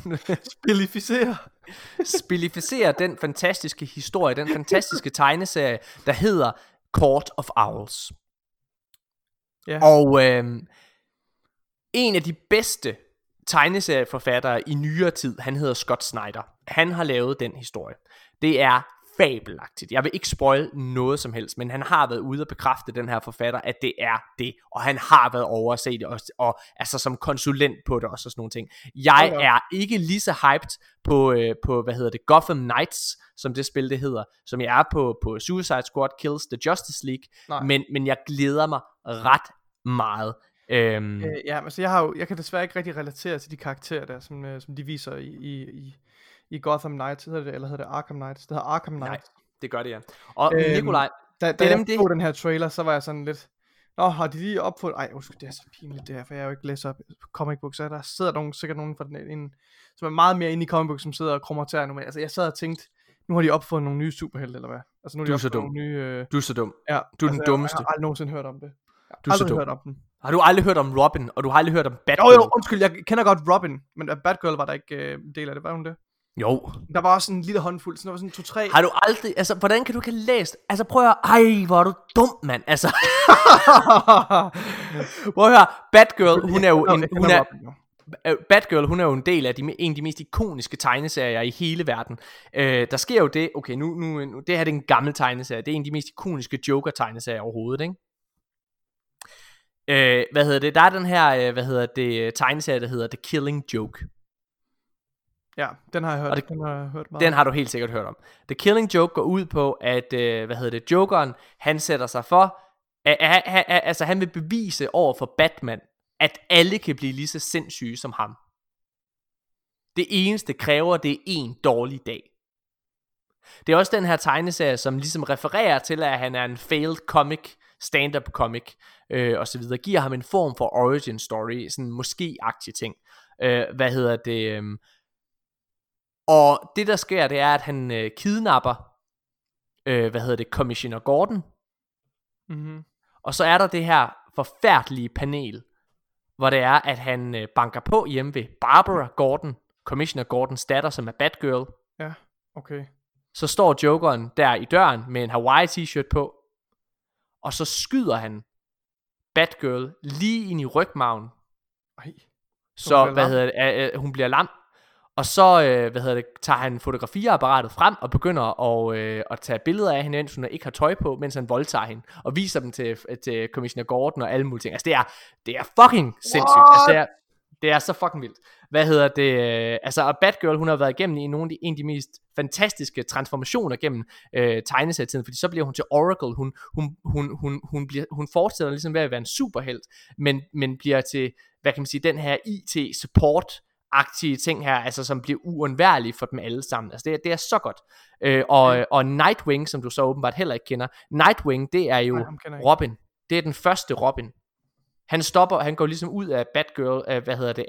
spilificerer den fantastiske historie, den fantastiske tegneserie, der hedder Court of Owls. Ja. Og en af de bedste tegneserieforfattere i nyere tid, han hedder Scott Snyder. Han har lavet den historie. Det er fabelagtigt. Jeg vil ikke spoil noget som helst, men han har været ude og bekræfte, den her forfatter, at det er det, og han har været over at se det, og altså som konsulent på det også, og sådan nogle ting. Jeg er ikke lige så hyped på Gotham Knights, som det spil det hedder, som jeg er på Suicide Squad Kills the Justice League, men jeg glæder mig ret meget. Altså jeg kan desværre ikke rigtig relatere til de karakterer der, som de viser i Gotham Knights, hedder det Arkham Knights? Det hedder Arkham Knights. Nej, det gør det, ja. Og Nikolaj, da jeg så den her trailer, så var jeg sådan lidt, har de lige opfundet, det er så pinligt det her, for jeg har jo ikke læst op comic books, så der sidder sikkert nogen fra den, som er meget mere inde i comic books, som sidder og krummer tæer nu med. Altså jeg sad og tænkte, nu har de opfundet nogle nye superhelte, eller hvad? Altså nu har de opfundet nogle nye... Du er så dum. Ja, du er den dummeste. Jeg har aldrig nogensinde hørt om det. Du er så dum. Hørt om den. Har du aldrig hørt om Robin, og du har aldrig hørt om Batgirl? Jo, undskyld, jeg kender godt Robin, men Batgirl var der ikke en del af det, var hun det? Jo. Der var også en lille håndfuld, sådan der var sådan 2-3. Har du aldrig, altså hvordan kan du ikke have læst? Altså prøv at høre, hvor er du dum, mand. Altså. Prøv at høre, Batgirl, hun er jo en del af en af de mest ikoniske tegneserier i hele verden. Der sker jo det, okay, nu det her er en gammel tegneserie, det er en af de mest ikoniske Joker-tegneserier overhovedet, ikke? Der er den her, tegneserie, der hedder The Killing Joke. Ja, den har jeg hørt. Og den har du helt sikkert hørt om. The Killing Joke går ud på, at Jokeren, han sætter sig for, altså han vil bevise over for Batman, at alle kan blive lige så sindssyge som ham. Det eneste kræver, det er en dårlig dag. Det er også den her tegneserie, som ligesom refererer til, at han er en failed comic, stand-up comic, og så videre. Giver ham en form for origin story, sådan måske-agtig ting. Og det der sker, det er, at han kidnapper, Commissioner Gordon. Mhm. Og så er der det her forfærdelige panel, hvor det er, at han banker på hjemme ved Barbara Gordon, Commissioner Gordons datter, som er Batgirl. Ja, okay. Så står Jokeren der i døren med en Hawaii t-shirt på, og så skyder han Batgirl lige ind i rygmarven. Ej. Så hun bliver lam. Og så tager han fotografiapparatet frem og begynder at tage billeder af hende, mens hun ikke har tøj på, mens han voldtager hende, og viser dem til Commissioner Gordon og alle mulige ting. Altså det er fucking sindssygt. Altså det er så fucking vildt. Og Batgirl, hun har været igennem en af de mest fantastiske transformationer gennem tegneserietiden, fordi så bliver hun til Oracle. Hun fortsætter ligesom ved at være en superhelt, men bliver til, hvad kan man sige, den her IT-support-agtige ting her, altså som bliver uundværlige for dem alle sammen. Altså det er så godt. Og Nightwing, som du så åbenbart heller ikke kender, Nightwing, det er jo Robin. Det er den første Robin. Han går ligesom ud af Batgirl, af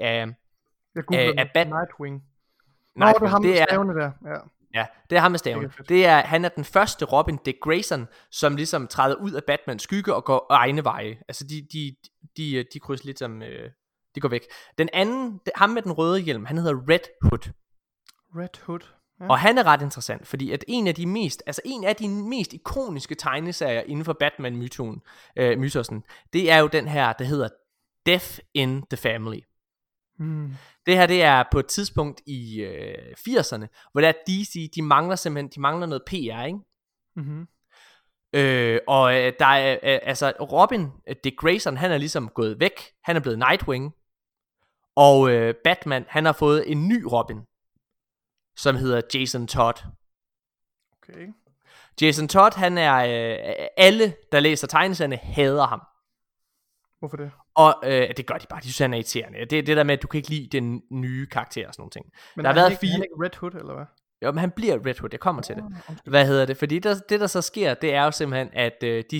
Nightwing. Nå, det er ham med stavene der. Ja, det er ham med stavene. Han er den første Robin, Dick Grayson, som ligesom træder ud af Batmans skygge og går egne veje. Altså de krydser lidt som de går væk. Den anden, ham med den røde hjelm, han hedder Red Hood. Red Hood. Ja. Og han er ret interessant, fordi at en af de mest ikoniske tegneserier inden for Batman-mytosen, det er jo den her, der hedder Death in the Family. Det her, det er på et tidspunkt i 80'erne, hvor der er DC, de mangler noget PR, ikke? Mhm. Der er Robin, Dick Grayson, han er ligesom gået væk. Han er blevet Nightwing. Og Batman, han har fået en ny Robin, som hedder Jason Todd. Okay. Jason Todd, han er alle der læser tegneserierne hader ham. Hvorfor det? Og det gør de bare. De synes han er irriterende. Det er det der med at du kan ikke lide den nye karakter og sådan nogle ting. Men der har været han ikke Red Hood eller hvad? Jo, men han bliver Red Hood. Jeg kommer til det. Fordi det der så sker, det er jo simpelthen at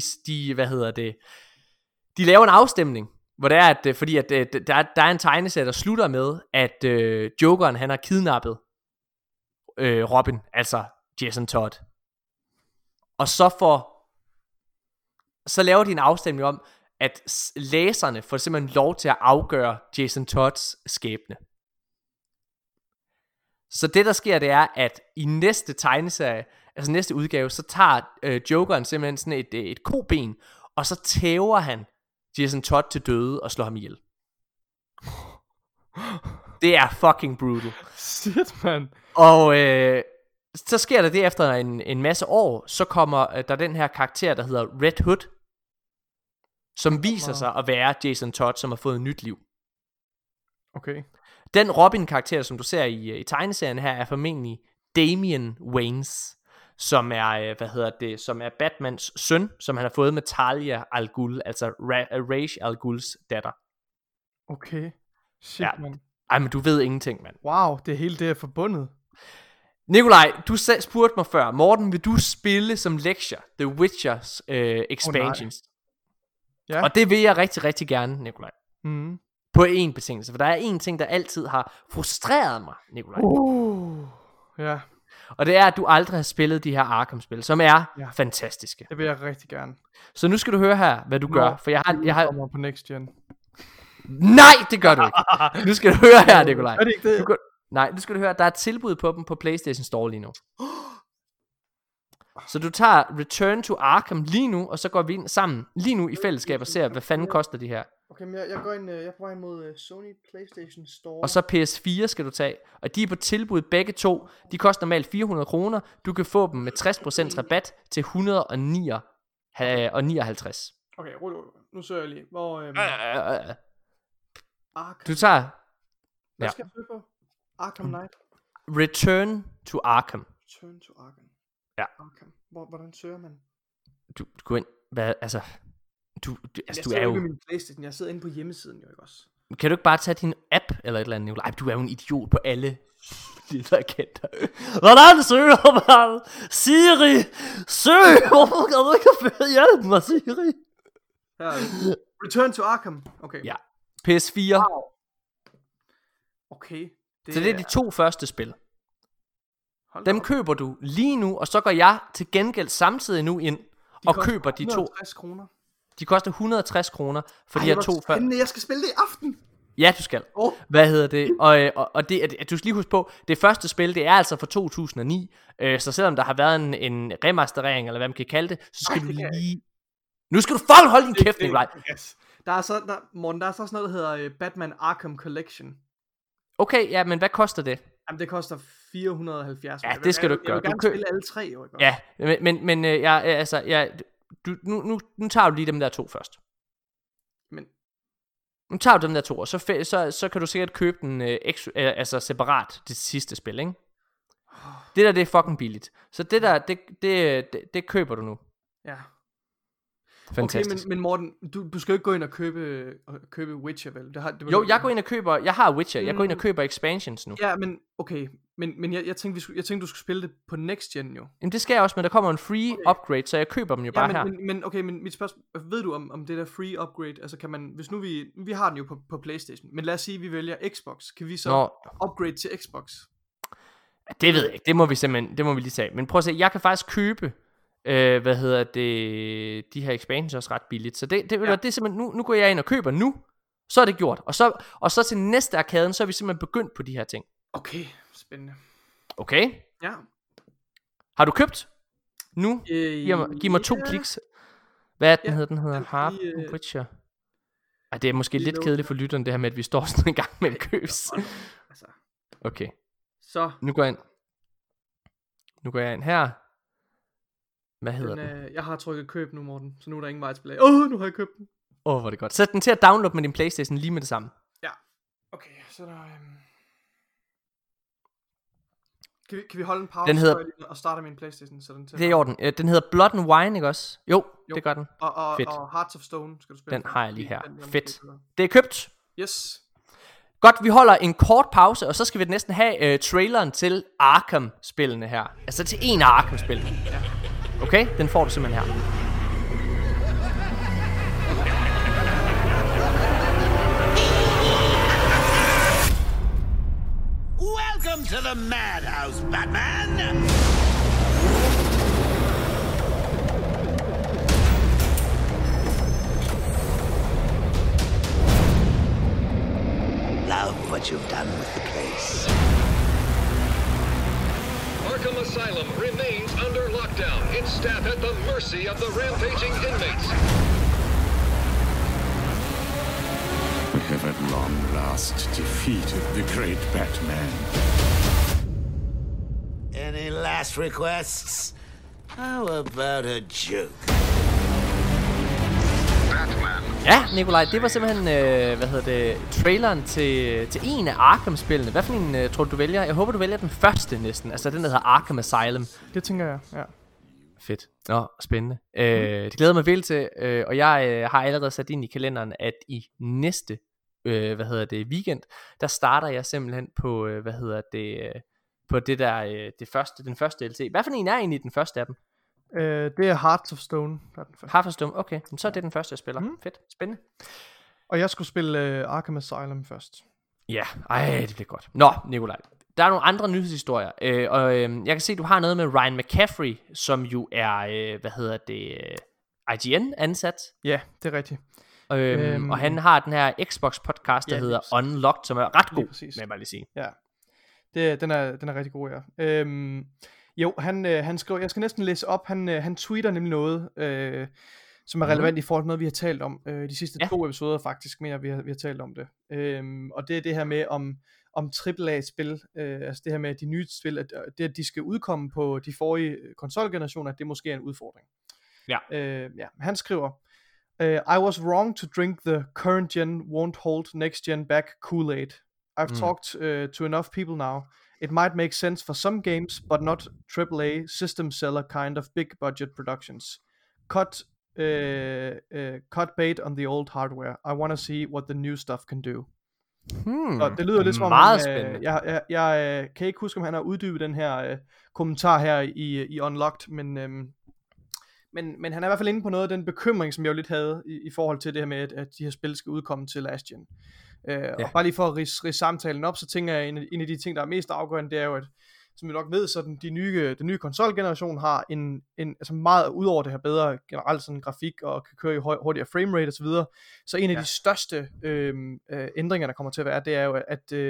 de laver en afstemning, hvor det er at fordi at der er en tegneserie der slutter med at Jokeren han har kidnappet Robin, altså Jason Todd. Og så laver de en afstemning om at læserne får simpelthen lov til at afgøre Jason Todds skæbne. Så det der sker, det er at i næste tegneserie, altså næste udgave, så tager Jokeren simpelthen sådan et koben, og så tæver han Jason Todd til døde og slår ham ihjel. Det er fucking brutal. Shit, man. Og så sker der det efter en masse år, så kommer der den her karakter, der hedder Red Hood, som viser sig at være Jason Todd, som har fået et nyt liv. Okay. Den Robin-karakter, som du ser i tegneserien her, er formentlig Damian Wayans, som er, som er Batmans søn, som han har fået med Talia al Ghul, altså Ra's al Ghuls datter. Okay. Shit, ja. Man. Ej, men du ved ingenting, mand. Wow, det hele det er forbundet. Nikolaj, du spurgte mig før, Morten, vil du spille som lektier The Witchers expansions? Ja. Og det vil jeg rigtig, rigtig gerne, Nikolaj. Mhm. På en betingelse, for der er en ting, der altid har frustreret mig, Nikolaj. Ja. Og det er, at du aldrig har spillet de her Arkham-spil, som er fantastiske. Det vil jeg rigtig gerne. Så nu skal du høre her, hvad du gør. For jeg har kommer på Next Gen. Nej, det gør du ikke. Nu skal du høre her, Nikolaj. Er det ikke det? Nej, nu skal du høre, der er et tilbud på dem på PlayStation Store lige nu. Så du tager Return to Arkham lige nu, og så går vi ind sammen lige nu i fællesskab og ser, hvad fanden koster de her. Okay, men jeg går ind, jeg er på vej mod Sony PlayStation Store. Og så PS4 skal du tage, og de er på tilbud begge to. De koster normalt 400 kroner. Du kan få dem med 60% rabat til 159. Okay, rulle. Nu søger jeg lige. Hvor Arkham. Du tager Hvad skal jeg søge på? Arkham Knight. Return to Arkham. Return to Arkham. Ja. Arkham. Hvordan søger man? Du går ind. Hvad, altså du er jo min PlayStation. Jeg sidder inde på hjemmesiden jo, ikke også? Kan du ikke bare tage din app eller et eller andet? Nej, du er jo en idiot på alle agenter. Hvordan søger man? Siri, søg! Hvorfor kan du ikke hjælpe mig, Siri? Her. Return to Arkham. Okay. Ja. PS4. Wow. Okay. Så det er de to første spil. Dem køber du lige nu, og så går jeg til gengæld samtidig nu ind og køber de to. 160 kroner. De koster 160 kroner for de her to før. Jeg skal spille det i aften. Ja, du skal. Hvad hedder det? Og det, du skal lige huske på, det første spil, det er altså fra 2009. Så selvom der har været en remasterering, eller hvad man kan kalde det, så skal du lige... Nu skal du holde din kæft, Nikolaj. Yes. Der er så sådan noget, der hedder Batman Arkham Collection. Okay, ja, men hvad koster det? Jamen, det koster 470. Ja, det skal du ikke gøre. Jeg vil gerne spille alle 3, jo, ikke? Ja, men nu tager du lige dem der to først. Men nu tager du dem der to, og så kan du sikkert købe den separat, det sidste spil, ikke? Det der, det er fucking billigt. Så det der, det køber du nu. Ja. Fantastisk. Okay, men Morten, du skal jo ikke gå ind og købe Witcher, vel? Jeg går ind og køber, jeg har Witcher, jeg går ind og køber expansions nu. Ja, men okay, men jeg tænkte, du skulle spille det på next gen jo. Jamen det skal jeg også, men der kommer en free upgrade, så jeg køber dem jo bare her. Men mit spørgsmål, ved du om det der free upgrade, altså kan man, hvis nu vi har den jo på PlayStation, men lad os sige, at vi vælger Xbox, kan vi så upgrade til Xbox? Det ved jeg ikke, det må vi lige tage. Men prøv at se, jeg kan faktisk købe de her expansions også ret billigt. Så det er simpelthen nu går jeg ind og køber nu. Så er det gjort. Og så til næste arkaden, så er vi simpelthen begyndt på de her ting. Okay, spændende. Okay? Ja. Har du købt? Nu? Giv mig 2 kliks. Hvad er den hedder? Den hedder Half Witcher. Det er måske lidt kedeligt for lytteren, det her med, at vi står sådan en gang med en køs. Okay. Så. Nu går jeg ind her. Hvad hedder den? Jeg har trykket køb nu, Morten, så nu er der ingen vej tilbage. Nu har jeg købt den. Hvor er det godt. Sæt den til at downloade med din PlayStation lige med det samme. Ja. Okay, så der... Kan vi holde en pause og starte min PlayStation? Så den til det er i orden. Den hedder Blood and Wine, ikke også? Jo, det gør den. Fedt. Og Hearts of Stone skal du spille. Den har jeg lige her. Fedt. Det er købt. Yes. Godt, vi holder en kort pause, og så skal vi næsten have traileren til Arkham-spillene her. Altså til en af Arkham-spillene. Ja. Okay, den får du simpelthen her. Welcome to the madhouse, Batman! Love what you've done with the place. Arkham Asylum remains under lockdown. Its staff at the mercy of the rampaging inmates. We have at long last defeated the great Batman. Any last requests? How about a joke? Batman. Ja, Nikolaj, det var simpelthen, traileren til en af Arkham-spillene. Hvad for en tror du vælger? Jeg håber, du vælger den første næsten. Altså den, der hedder Arkham Asylum. Det tænker jeg, ja. Fedt. Nå, spændende. Det glæder mig vel til, og jeg har allerede sat ind i kalenderen, at i næste, weekend, der starter jeg simpelthen på, på det der, den første DLC. Hvad for en er egentlig den første af dem? Det er Hearts of Stone. Hearts of Stone, okay. Så er det den første, jeg spiller. Fedt, spændende. Og jeg skulle spille Arkham Asylum først. Ja, det bliver godt. Nå, Nikolaj. Der er nogle andre nyhedshistorier, jeg kan se, at du har noget med Ryan McCaffrey, som jo er, IGN ansat. Ja, det er rigtigt. Og han har den her Xbox podcast, der hedder Unlocked, som er ret god, med mig lige sige. Ja, den er rigtig god, ja. Jo, han skriver, jeg skal næsten læse op, han tweeter nemlig noget, som er relevant i forhold til noget, vi har talt om de sidste 2 episoder faktisk, mener vi har talt om det. Og det er det her med om AAA-spil, altså det her med de nye spil, at det at de skal udkomme på de forrige konsolgenerationer, det måske er en udfordring. Ja. Han skriver, I was wrong to drink the current gen won't hold next gen back Kool-Aid. I've talked to enough people now. It might make sense for some games, but not AAA system seller kind of big budget productions. Cut bait on the old hardware. I want to see what the new stuff can do. Og det lyder lidt som om meget spændende. Jeg kan ikke huske, om han har uddybet den her kommentar her i Unlocked, men han er i hvert fald inde på noget af den bekymring, som jeg jo lidt havde i forhold til det her med, at de her spil skal udkomme til last gen. Og bare lige for at ridse samtalen op, så tænker jeg, en af de ting, der er mest afgørende, det er jo, at som vi nok ved, så den nye konsolgeneration har en altså meget udover det her bedre generelt sådan grafik og kan køre i hurtigere framerate og så videre. Så en af de største ændringer der kommer til at være, det er jo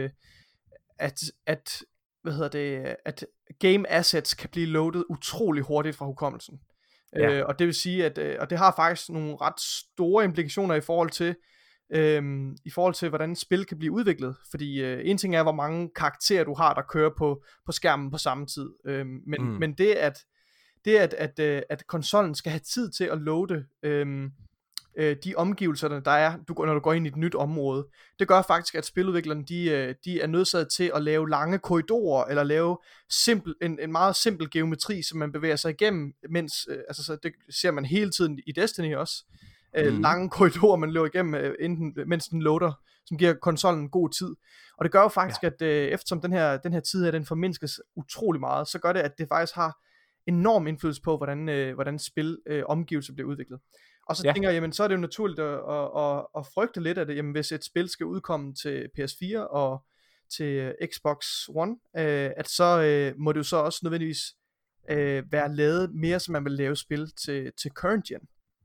at game assets kan blive loadet utrolig hurtigt fra hukommelsen. Og det vil sige at og det har faktisk nogle ret store implikationer i forhold til hvordan spil kan blive udviklet, fordi en ting er hvor mange karakterer du har der kører på skærmen på samme tid, men det at konsollen skal have tid til at loade de omgivelser der er når du går ind i et nyt område, det gør faktisk at spiludviklerne de er nødsaget til at lave lange korridorer eller lave en meget simpel geometri som man bevæger sig igennem, mens så det ser man hele tiden i Destiny også. Lange korridorer man løber igennem mens den loader, som giver konsollen god tid. Og det gør jo faktisk at eftersom den her tid her, den formindskes utrolig meget, så gør det at det faktisk har enorm indflydelse på hvordan spil omgivelser bliver udviklet. Og så tænker jeg, jamen så er det jo naturligt at frygte lidt af det, jamen hvis et spil skal udkomme til PS4 og til Xbox One, at så må det jo så også nødvendigvis være lavet mere som man vil lave spil til current gen.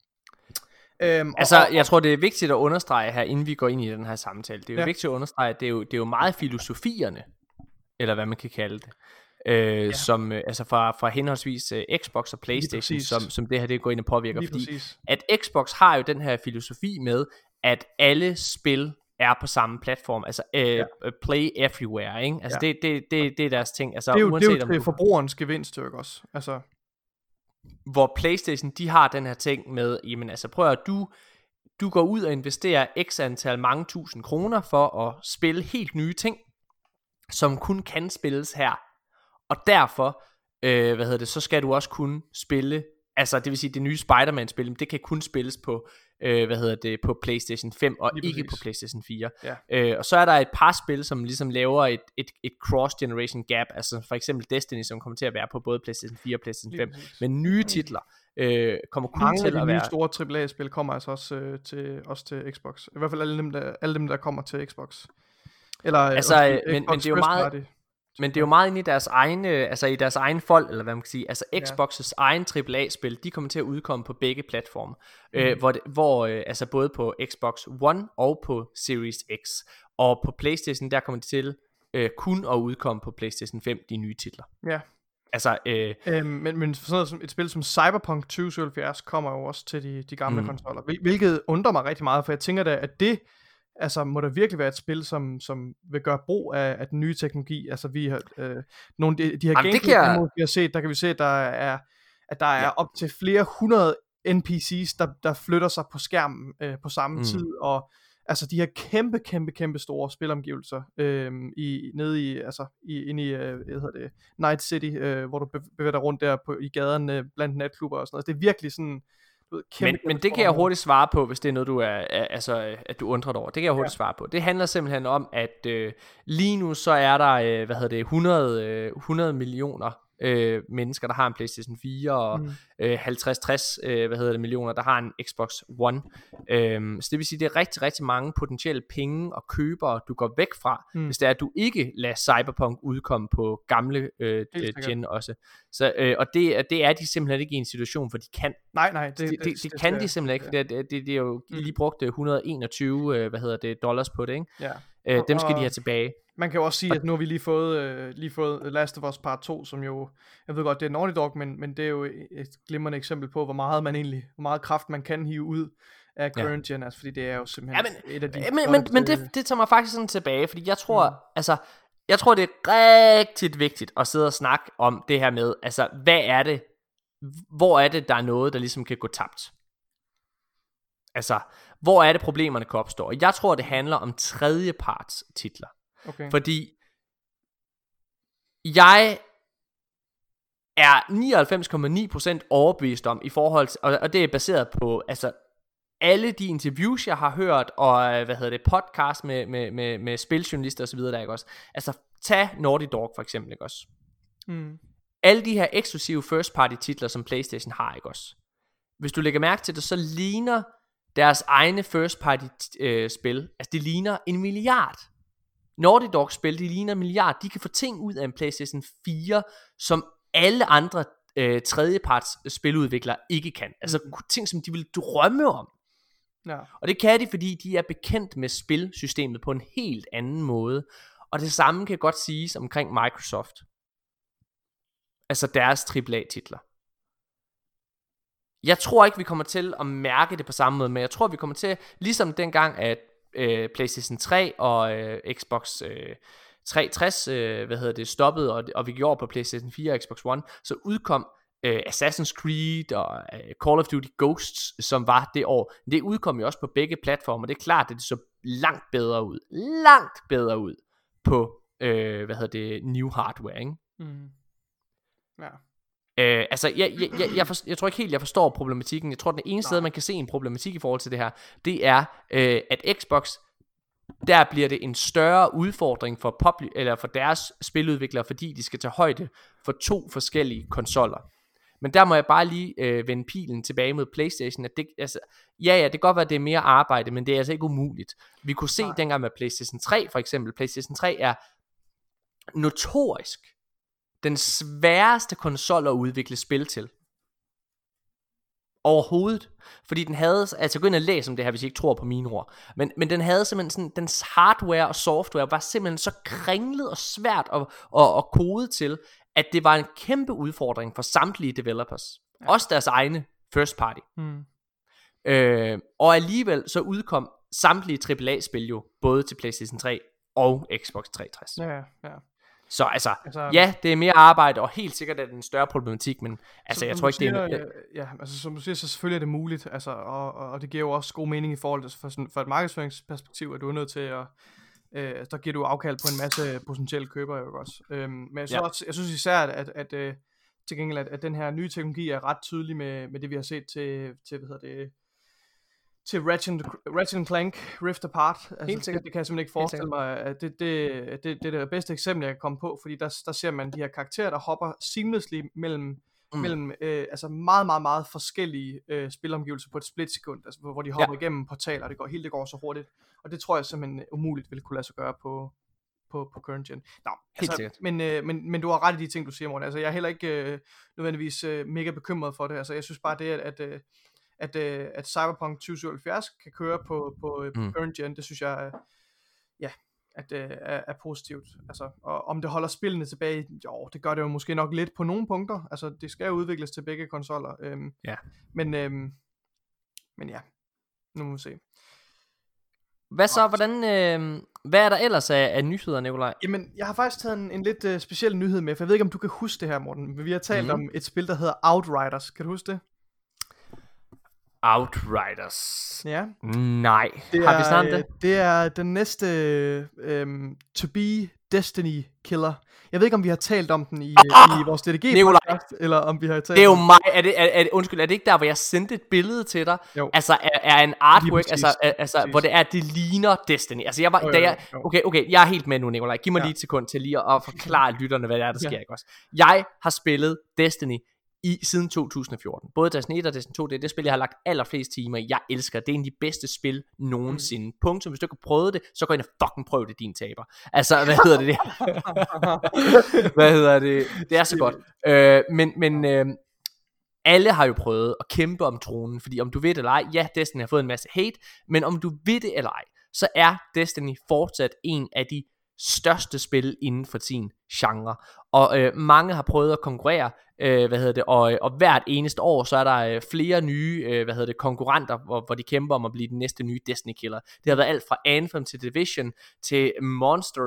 Jeg tror det er vigtigt at understrege her, inden vi går ind i den her samtale. Det er jo vigtigt at understrege, at det er jo meget filosofierne, eller hvad man kan kalde det, som fra henholdsvis Xbox og PlayStation, som det her det går ind og påvirker, fordi at Xbox har jo den her filosofi med, at alle spil er på samme platform, altså play everywhere, ikke? Altså det er deres ting. Altså det er jo forbrugerens gevinst, ikke også? Altså hvor PlayStation, de har den her ting med, jamen altså prøv at du går ud og investerer x antal mange tusind kroner for at spille helt nye ting, som kun kan spilles her, og derfor, så skal du også kunne spille, altså det vil sige det nye Spider-Man-spil, det kan kun spilles på, på PlayStation 5 og ikke på PlayStation 4. Og så er der et par spil, som ligesom laver et cross-generation gap, altså for eksempel Destiny, som kommer til at være på både PlayStation 4 og PlayStation 5, men nye titler kommer kun mange til at være... Mange af de nye store AAA-spil kommer altså også til Xbox, i hvert fald alle dem, der kommer til Xbox. Eller, men det er jo meget... Men det er jo meget inde i deres egne, i deres egen fold, eller hvad man kan sige. Altså Xbox's egen AAA-spil, de kommer til at udkomme på begge platforme, hvor både på Xbox One og på Series X, og på PlayStation der kommer de til kun at udkomme på PlayStation 5 de nye titler. Ja. Men sådan noget som et spil som Cyberpunk 2077 kommer jo også til de gamle konsoller, hvilket undrer mig rigtig meget, for jeg tænker da at det må der virkelig være et spil, som vil gøre brug af den nye teknologi. Altså vi har nogle de her gameplay, vi har set, der kan vi se, at der er op til flere hundrede NPCs, der flytter sig på skærmen på samme tid, og altså de her kæmpe store spilomgivelser inde i Night City, hvor du bevæger dig rundt der i gaderne blandt natklubber og sådan noget. Det er virkelig sådan men det kan jeg hurtigt svare på, hvis det er noget du at du undrer dig over. Det kan jeg hurtigt svare på. Det handler simpelthen om at lige nu så er der 100 millioner mennesker der har en PlayStation 4 og 50-60 millioner der har en Xbox One. Så det vil sige det er rigtig mange potentielle penge og købere du går væk fra, hvis det er at du ikke lader Cyberpunk udkomme på gamle gen også. Så og det er de simpelthen ikke i en situation for de kan. Nej, det kan de simpelthen ikke. Det er jo lige brugt 121 dollars på det, ikke? Ja. Dem skal de have tilbage. Man kan jo også sige, at nu har vi lige fået Last of Us Part 2, som jo, jeg ved godt, det er Naughty Dog, men det er jo et glimrende eksempel på, hvor meget kraft man kan hive ud af current gen, altså, fordi det er jo simpelthen et af de... Men det tager mig faktisk sådan tilbage, fordi jeg tror, jeg tror det er rigtig vigtigt at sidde og snakke om det her med, altså, hvad er det, hvor er det, der er noget, der ligesom kan gå tabt? Altså, hvor er det problemerne kan opstå? Og jeg tror, det handler om tredjeparts titler. Okay. Fordi jeg er 99,9% overbevist om i forhold til, og det er baseret på altså alle de interviews jeg har hørt og podcast med spiljournalister og så videre der, ikke også. Altså tag Naughty Dog for eksempel, ikke også. Alle de her eksklusive first party titler som PlayStation har, ikke også. Hvis du lægger mærke til det, så ligner deres egne first party spil, altså det ligner 1 milliard. Naughty Dog spil, de ligner milliard. De kan få ting ud af en PlayStation 4, som alle andre tredjeparts spiludviklere ikke kan. Altså ting, som de vil drømme om. Ja. Og det kan de, fordi de er bekendt med spilsystemet på en helt anden måde. Og det samme kan godt siges omkring Microsoft. Altså deres AAA-titler. Jeg tror ikke, vi kommer til at mærke det på samme måde, men jeg tror, vi kommer til, ligesom dengang, at PlayStation 3 og Xbox 360 stoppede, og vi gik over på PlayStation 4 og Xbox One, så udkom Assassin's Creed og Call of Duty Ghosts, som var det år. Det udkom jo også på begge platformer. Det er klart, at det så langt bedre ud på new hardware, ikke? Ja. Altså jeg tror ikke helt jeg forstår problematikken. Jeg tror den eneste sted man kan se en problematik i forhold til det her, det er at Xbox, der bliver det en større udfordring for deres spiludviklere, fordi de skal tage højde for 2 forskellige konsoller. Men der må jeg bare lige vende pilen tilbage mod PlayStation, at det, altså, ja, det kan godt være, at det er mere arbejde, men det er altså ikke umuligt. Vi kunne se dengang med PlayStation 3 for eksempel. PlayStation 3 er notorisk den sværeste konsol at udvikle spil til overhovedet, fordi den havde, altså gå ind og læs om det her, hvis I ikke tror på mine ord, men den havde simpelthen sådan, dens hardware og software var simpelthen så kringlet og svært at kode til, at det var en kæmpe udfordring for samtlige developers, også deres egne first party. Og alligevel så udkom samtlige AAA-spil jo, både til PlayStation 3 og Xbox 360. Ja. Så altså, ja, det er mere arbejde, og helt sikkert er det en større problematik, men altså, jeg tror ikke, det er... Ja, altså som du siger, så selvfølgelig er det muligt, altså, og det giver jo også god mening i forhold til, for et markedsføringsperspektiv, at du er nødt til at... der giver du afkald på en masse potentielle købere jo også. Men jeg synes, også, jeg synes især, at til gengæld, at den her nye teknologi er ret tydelig med det, vi har set til til Ratchet & Clank Rift Apart. Altså, det kan jeg simpelthen ikke forestille mig, at det er det bedste eksempel, jeg kan komme på, fordi der ser man de her karakterer, der hopper seamlessly mellem altså meget, meget, meget forskellige spilomgivelser på et splitsekund, altså, hvor de hopper igennem portaler, det går så hurtigt, og det tror jeg simpelthen umuligt ville kunne lade sig gøre på current gen. Nå, altså, men du har ret i de ting, du siger, Morten. Altså, jeg er heller ikke nødvendigvis mega bekymret for det. Altså, jeg synes bare det, at Cyberpunk 2077 kan køre på current gen, det synes jeg er positivt. Altså, og om det holder spillene tilbage, jo, det gør det jo måske nok lidt på nogle punkter. Altså, det skal jo udvikles til begge konsoller. Men ja, nu må vi se. Hvad så? Hvad er der ellers af nyheder, Nikolaj? Jamen, jeg har faktisk taget en lidt speciel nyhed med, for jeg ved ikke, om du kan huske det her, Morten. Men vi har talt om et spil, der hedder Outriders. Kan du huske det? Outriders. Ja. Nej. Har vi snart det? Det er den næste To Be Destiny Killer. Jeg ved ikke, om vi har talt om den i vores DDG-podcast, eller om vi har talt. Det er jo mig. Undskyld, er det ikke der, hvor jeg sendte et billede til dig? Jo. Altså, er en artwork, altså hvor det er, det ligner Destiny. Altså, okay, jeg er helt med nu, Nikolaj. Giv mig lige et sekund til lige at forklare lytterne, hvad det er, der sker, ikke også? Jeg har spillet Destiny siden 2014. Både Destiny 1 og Destiny 2, det er det spil, jeg har lagt allerflest timer i. Jeg elsker det. Det er en af de bedste spil nogensinde. Punktum. Hvis du ikke har prøvet det, så gå ind og fucking prøv det, din taber. Altså, hvad hedder det? Hvad hedder det? Det er så godt. Men alle har jo prøvet at kæmpe om tronen, fordi om du ved det eller ej, ja, Destiny har fået en masse hate, men om du ved det eller ej, så er Destiny fortsat en af de største spil inden for sin genre, og mange har prøvet at konkurrere, og hvert eneste år så er der flere nye konkurrenter, hvor de kæmper om at blive den næste nye Destiny killer. Det har været alt fra Anthem til Division til Monster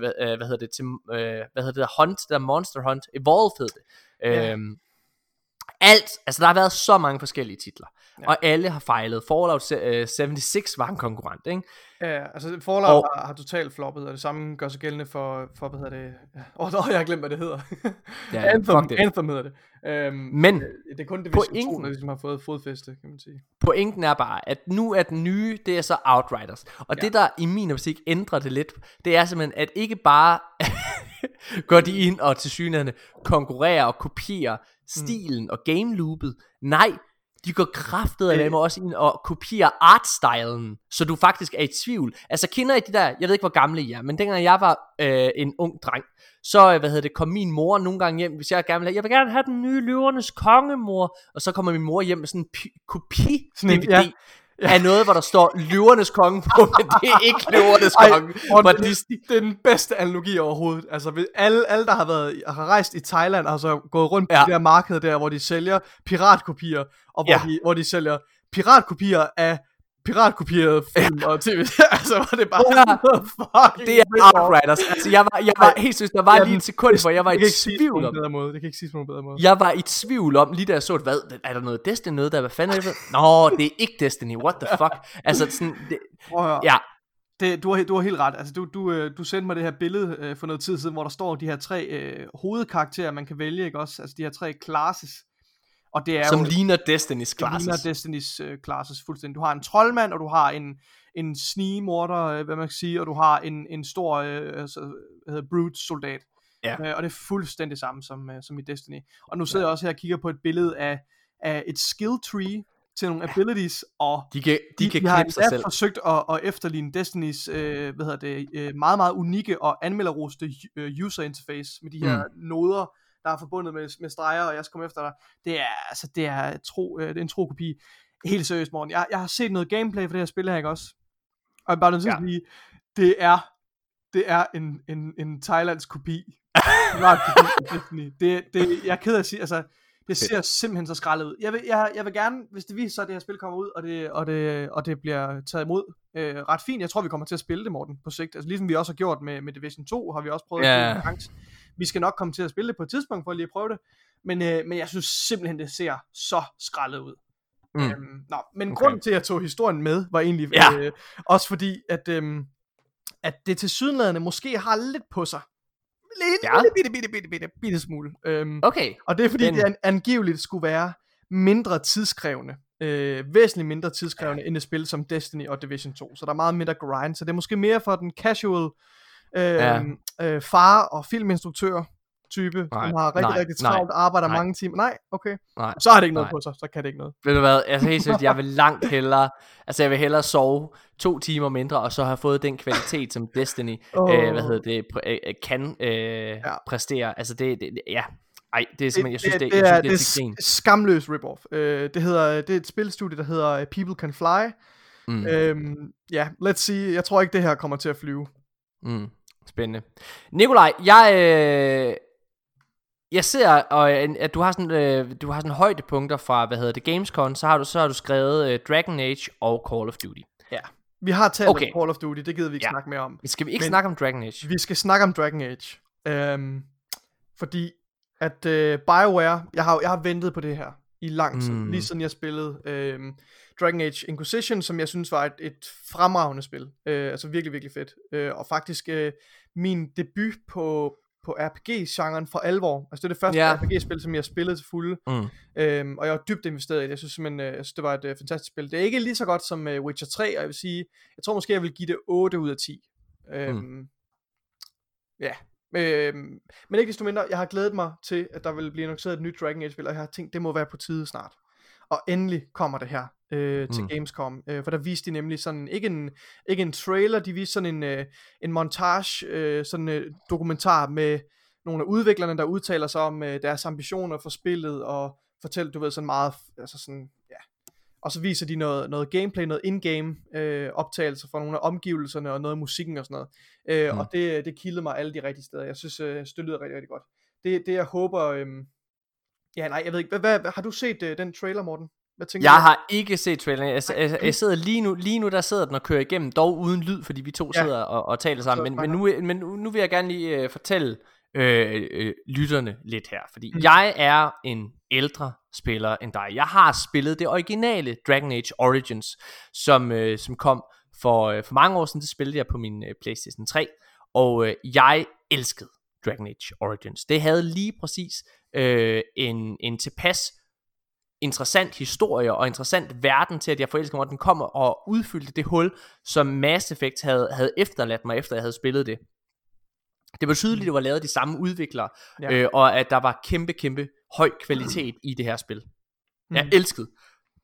Hunt, der Monster Hunt Evolved hed det. Alt, altså der har været så mange forskellige titler, og alle har fejlet. Fallout 76 var en konkurrent, ikke? Ja, altså Fallout har totalt floppet, og det samme gør sig gældende for hvad hedder det? Jeg har glemt, hvad det hedder. Anthem hedder det. Men det er kun Division 2, der ligesom har fået fodfæste, kan man sige. Pointen er bare, at nu er den nye, det er så Outriders. Og det, der i min optik ændrer det lidt, det er simpelthen, at ikke bare går de ind og tilsyneladende konkurrerer og kopierer stilen og game loopet. Nej, de går kraftedeme også ind og kopierer artstylen, så du faktisk er i tvivl. Altså kender I de der, jeg ved ikke hvor gamle I er, men dengang jeg var en ung dreng, så kom min mor nogle gange hjem, hvis jeg gerne vil gerne have den nye Løvernes Konge, mor, og så kommer min mor hjem med sådan en kopi-DVD, af noget, hvor der står Løvernes Konge på, men det er ikke Løvernes Konge. Det er den bedste analogi overhovedet. Altså alle der har rejst i Thailand, har så gået rundt på det der marked der, hvor de sælger piratkopier, og hvor de sælger piratkopier af piratkopierede film og tv. Altså var det bare det er Outriders. Altså jeg var helt seriøst, der var lige et sekund, hvor jeg var i tvivl om. Det kan ikke siges på nogen bedre måde. Jeg var i tvivl om lige da jeg så det, hvad er der noget Destiny, noget der, hvad fanden er det? Nå, det er ikke Destiny. What the fuck? Altså sådan du har helt ret. Altså du sendte mig det her billede for noget tid siden, hvor der står de her 3 hovedkarakterer man kan vælge, ikke også? Altså de her 3 classes. Og det er som jo, ligner Destiny's classes. Det ligner Destiny's classes fuldstændig. Du har en troldmand, og du har en snigemorder, hvad man kan sige, og du har en stor brute soldat. Ja. Og det er fuldstændig samme som i Destiny. Og nu sidder jeg også her og kigger på et billede af et skill tree til nogle abilities, og de kan har sig selv. forsøgt at efterligne Destinys meget, meget unikke og anmelderroste user interface med de her noder, der er forbundet med streger, og jeg skal komme efter dig. Det er en tro kopi. Helt seriøst, Morten. Jeg har set noget gameplay for det her spil her, ikke også? Og jeg bare nødt til at sige, det er en thailandsk kopi. Jeg er ked af at sige, altså, det ser simpelthen så skrællet ud. Jeg vil gerne, hvis det viser sig, at det her spil kommer ud, og det bliver taget imod ret fint. Jeg tror, vi kommer til at spille det, Morten, på sigt. Altså ligesom vi også har gjort med Division 2, har vi også prøvet at spille en gang. Vi skal nok komme til at spille det på et tidspunkt, for lige at prøve det. Men jeg synes simpelthen, det ser så skrællet ud. Men grunden til, at jeg tog historien med, var egentlig også fordi, at det tilsyneladende måske har lidt på sig. Bitte smule. Okay. Og det er fordi, det angiveligt skulle være mindre tidskrævende. Væsentligt mindre tidskrævende end et spil som Destiny og Division 2. Så der er meget mindre grind. Så det er måske mere for den casual far- og filminstruktør type, som har rigtig travlt, arbejder mange timer. Nej, okay. Nej, så har det ikke noget på sig, så kan det ikke noget. Ved du hvad, altså helt seriøst, jeg vil langt hellere, jeg vil hellere sove 2 timer mindre, og så have fået den kvalitet, som Destiny, kan præstere. Altså det er simpelthen, jeg synes, det er skamløs rip-off. Det er et spilstudie, der hedder People Can Fly. Let's see. Jeg tror ikke, det her kommer til at flyve. Spændende. Nikolaj, jeg ser, at du har sådan højdepunkter fra, Gamescom, så har du skrevet Dragon Age og Call of Duty. Ja. Vi har talt om Call of Duty, det gider vi ikke snakke mere om. Skal vi ikke snakke om Dragon Age? Vi skal snakke om Dragon Age. Fordi at BioWare, jeg har ventet på det her i lang tid, lige siden jeg spillede Dragon Age Inquisition, som jeg synes var et fremragende spil. Altså virkelig, virkelig fedt. Og faktisk min debut på RPG-genren for alvor. Altså det er det første RPG-spil, som jeg spillede til fulde. Og jeg var dybt investeret i det. Jeg synes simpelthen, det var et fantastisk spil. Det er ikke lige så godt som Witcher 3, og jeg vil sige, jeg tror måske, jeg vil give det 8 ud af 10. Men ikke desto mindre, jeg har glædet mig til, at der vil blive annonceret et nyt Dragon Age-spil, og jeg har tænkt, det må være på tide snart. Og endelig kommer det her til Gamescom, for der viste de nemlig sådan, ikke en trailer, de viste sådan en montage, sådan en dokumentar med nogle af udviklerne, der udtaler sig om deres ambitioner for spillet, og fortæller, du ved, sådan meget, altså sådan, og så viser de noget gameplay, noget in-game optagelser fra nogle af omgivelserne, og noget af musikken og sådan noget, og det kildede mig alle de rigtige steder. Jeg synes, det lyder rigtig, rigtig godt. Det jeg håber, jeg ved ikke, hvad har du set den trailer, Morten? Jeg har ikke set traileren. Jeg sidder lige nu der sidder den og kører igennem, dog uden lyd, fordi vi to sidder og taler sammen, men nu vil jeg gerne lige fortælle lytterne lidt her, fordi jeg er en ældre spiller end dig. Jeg har spillet det originale Dragon Age Origins, som kom for mange år siden. Det spillede jeg på min PlayStation 3, og jeg elskede Dragon Age Origins. Det havde lige præcis en tilpas interessant historie og interessant verden til, at jeg forelskede mig, at den kom og udfyldte det hul, som Mass Effect havde efterladt mig, efter jeg havde spillet det. Det var tydeligt, at det var lavet de samme udviklere, og at der var kæmpe høj kvalitet i det her spil. Jeg elskede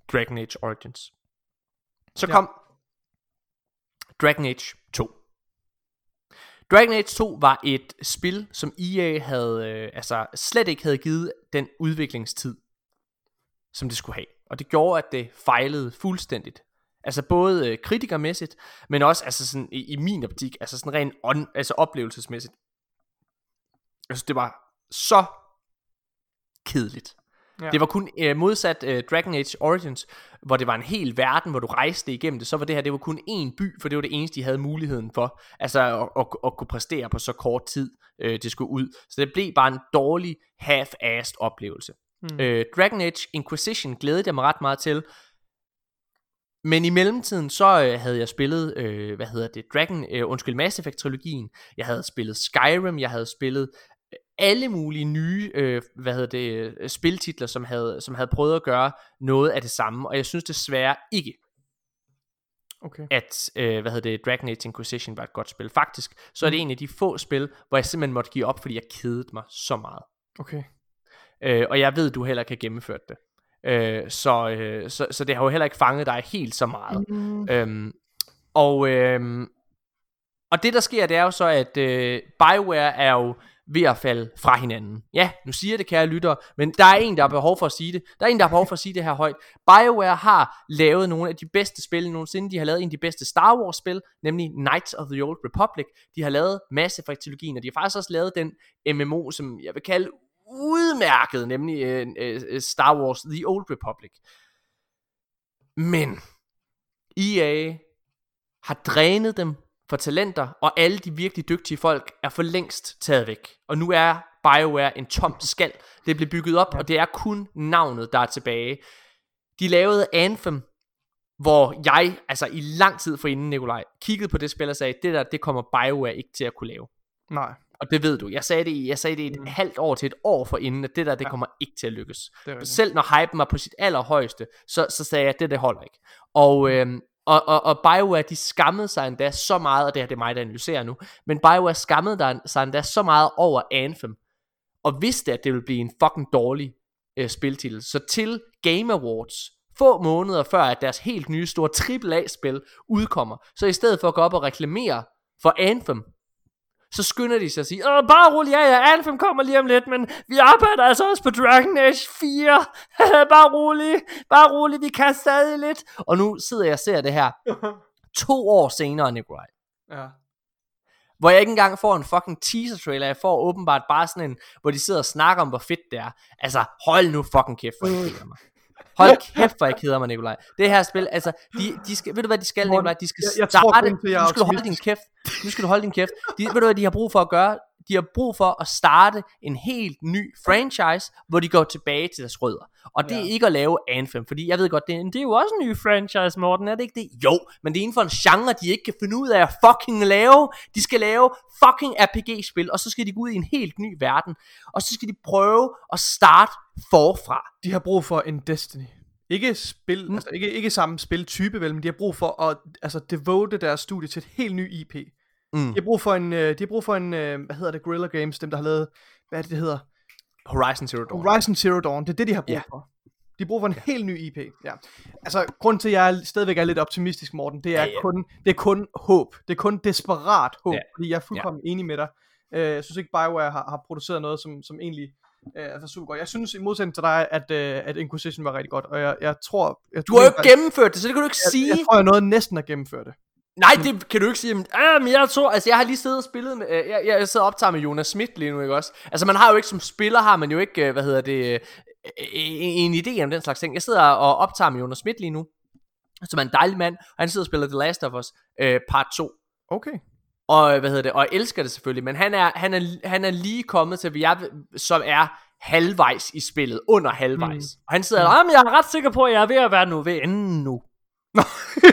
Dragon Age Origins. Så kom Dragon Age 2. Dragon Age 2 var et spil, som EA havde, slet ikke havde givet den udviklingstid, som det skulle have. Og det gjorde, at det fejlede fuldstændigt. Altså både kritikermæssigt, men også altså sådan, i min optik, altså sådan rent oplevelsesmæssigt. Altså det var så kedeligt. Ja. Det var kun modsat Dragon Age Origins, hvor det var en hel verden, hvor du rejste igennem det. Så var det var kun én by, for det var det eneste, de havde muligheden for. Altså at kunne præstere på så kort tid, det skulle ud. Så det blev bare en dårlig, half-assed oplevelse. Dragon Age Inquisition glædede jeg mig ret meget til. Men i mellemtiden så havde jeg spillet Mass Effect trilogien. Jeg havde spillet Skyrim. Jeg havde spillet alle mulige nye spiltitler, som havde prøvet at gøre noget af det samme. Og jeg synes desværre ikke, at Dragon Age Inquisition var et godt spil. Faktisk så er det en af de få spil, hvor jeg simpelthen måtte give op, fordi jeg kedede mig så meget. Okay. Og jeg ved, du heller ikke har gennemført det. Så det har jo heller ikke fanget dig helt så meget. Og det der sker, det er jo så, at BioWare er jo ved at falde fra hinanden. Ja, nu siger det, kære lyttere, men der er en, der har behov for at sige det. Der er en, der har behov for at sige det her højt. BioWare har lavet nogle af de bedste spil nogensinde. De har lavet en af de bedste Star Wars spil, nemlig Knights of the Old Republic. De har lavet Mass Effect trilogien, og de har faktisk også lavet den MMO, som jeg vil kalde udmærket, nemlig Star Wars The Old Republic. Men EA har drænet dem for talenter, og alle de virkelig dygtige folk er for længst taget væk. Og nu er BioWare en tom skal. Det blev bygget op, og det er kun navnet, der er tilbage. De lavede Anthem, hvor jeg, altså i lang tid forinden, Nikolaj, kiggede på det spil og sagde, det kommer BioWare ikke til at kunne lave. Nej. Og det ved du. Jeg sagde det et halvt år til et år forinden, at det kommer ikke til at lykkes. Selv når hypen var på sit allerhøjeste, så sagde jeg, at det holder ikke. Og BioWare, de skammede sig endda så meget, og det er mig, der analyserer nu, men BioWare skammede sig endda så meget over Anthem, og vidste, at det ville blive en fucking dårlig spiltitel. Så til Game Awards, få måneder før, at deres helt nye store AAA-spil udkommer, så i stedet for at gå op og reklamere for Anthem, så skynder de sig at sige, bare rolig, ja, Anthem kommer lige om lidt, men vi arbejder altså også på Dragon Age 4, bare rolig, vi kan stadig lidt. Og nu sidder jeg og ser det her 2 år senere, Nikolaj. Ja. Hvor jeg ikke engang får en fucking teaser trailer, jeg får åbenbart bare sådan en, hvor de sidder og snakker om, hvor fedt det er. Altså, hold nu fucking kæft, hvor jeg keder mig. Hold kæft, hvor jeg keder mig, Nikolaj. Det her spil, altså, de skal, ved du hvad de skal, Nikolaj? De skal starte, nu skal du holde din kæft. Ved du hvad de har brug for at gøre? De har brug for at starte en helt ny franchise, hvor de går tilbage til deres rødder. Og det er ikke at lave Anthem, fordi jeg ved godt, det er jo også en ny franchise, Morten, er det ikke det? Jo, men det er inden for en genre, de ikke kan finde ud af at fucking lave. De skal lave fucking RPG-spil, og så skal de gå ud i en helt ny verden. Og så skal de prøve at starte forfra. De har brug for en Destiny. Ikke spil, altså ikke samme spiltype vel, men de har brug for at devote deres studie til et helt ny IP. De har brug for en, hvad hedder det, Guerrilla Games, dem der har lavet, hvad er det hedder? Horizon Zero Dawn, det er det de har brug for. De har brug for en helt ny IP. Ja. Altså, grunden til at jeg stadigvæk er lidt optimistisk, Morten, det er kun håb. Det er kun desperat håb, fordi jeg er fuldkommen enig med dig. Jeg synes ikke BioWare har produceret noget som egentlig er super godt. Jeg synes i modsætning til dig, at Inquisition var rigtig godt, og jeg tror... Du har jo ikke gennemført det, så det kan du ikke sige. Jeg tror, jeg nåede næsten at gennemføre det. Nej, det kan du ikke sige. Men jeg tror, altså jeg har lige siddet og spillet med, jeg sidder og optager med Jonas Schmidt lige nu, ikke også? Altså man har jo ikke som spiller, har man jo ikke, en idé om den slags ting. Jeg sidder og optager med Jonas Schmidt lige nu, som er en dejlig mand, og han sidder og spiller The Last of Us part 2. Okay. Og og jeg elsker det selvfølgelig, men han er lige kommet til, som er halvvejs i spillet, under halvvejs. Og han sidder der, jeg er ret sikker på, at jeg er ved at være nu ved enden nu. og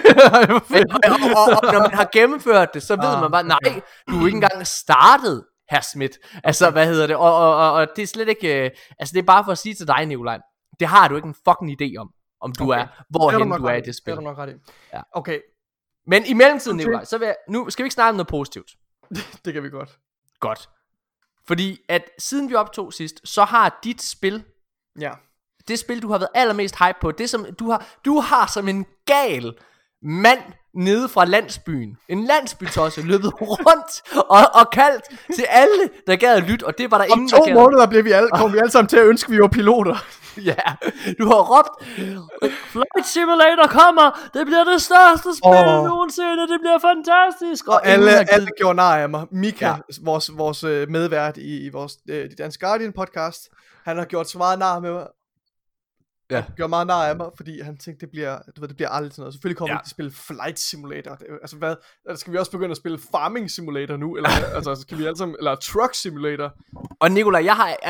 når man har gennemført det, så ved man bare, nej, du er ikke engang startet, herr Schmidt. Altså, og det er slet ikke, altså det er bare for at sige til dig, Nikolaj, det har du ikke en fucking idé om du er, hvorhen du er i det spil. Det er du nok ret i. Ja. Okay. Men i mellemtiden, Nikolaj, så nu skal vi ikke snakke om noget positivt. Det kan vi godt. Fordi at siden vi optog sidst, så har dit spil det spil, du har været allermest hype på, det som du har som en gal mand nede fra landsbyen, en landsbytosse, løbet rundt og kaldt til alle, der gad at lytte, og det var der ingen, der gad. Om 2 måneder kom vi alle sammen til at ønske, vi var piloter. Ja, du har råbt, Flight Simulator kommer, det bliver det største spil nogensinde, det bliver fantastisk. Og alle gjorde nar af mig. Mika, vores medvært i vores de Danske Guardian podcast, han har gjort så meget nar med mig. Ja. Han gjorde meget nar af mig, fordi han tænkte, det bliver aldrig sådan noget. Selvfølgelig kommer vi til at spille Flight Simulator. Altså hvad, skal vi også begynde at spille Farming Simulator nu? Eller altså, skal vi alle sammen, eller Truck Simulator? Og Nikolaj,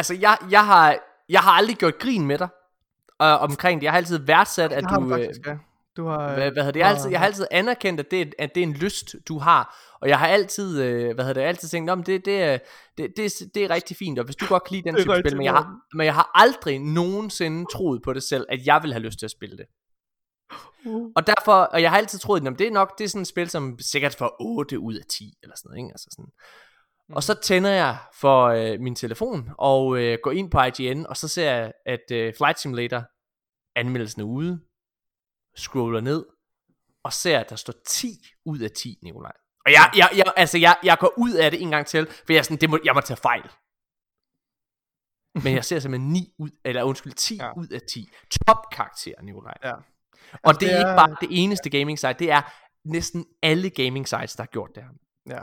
jeg har aldrig gjort grin med dig omkring det. Jeg har altid værdsat, at du... Faktisk, ja. Du har, jeg har altid anerkendt, at det er en lyst, du har. Og jeg har altid, altid tænkt, det er rigtig fint. Og hvis du godt kan lide den type spil, men jeg har aldrig nogensinde troet på det selv, at jeg vil have lyst til at spille det. Og derfor, og jeg har altid troet, at det er sådan et spil, som sikkert får 8 ud af 10, eller sådan noget, ikke? Altså sådan. Og så tænder jeg for min telefon, og går ind på IGN, og så ser jeg, at Flight Simulator, anmeldelsen er ude, scroller ned, og ser, at der står 10 ud af 10, Nikolaj. Og jeg går ud af det en gang til, for jeg er sådan, jeg må tage fejl. Men jeg ser simpelthen 10 ud af 10. Top karakter, Nikolaj. Ja. Altså, og det er ikke bare det eneste gaming site, det er næsten alle gaming sites, der har gjort det her. Ja.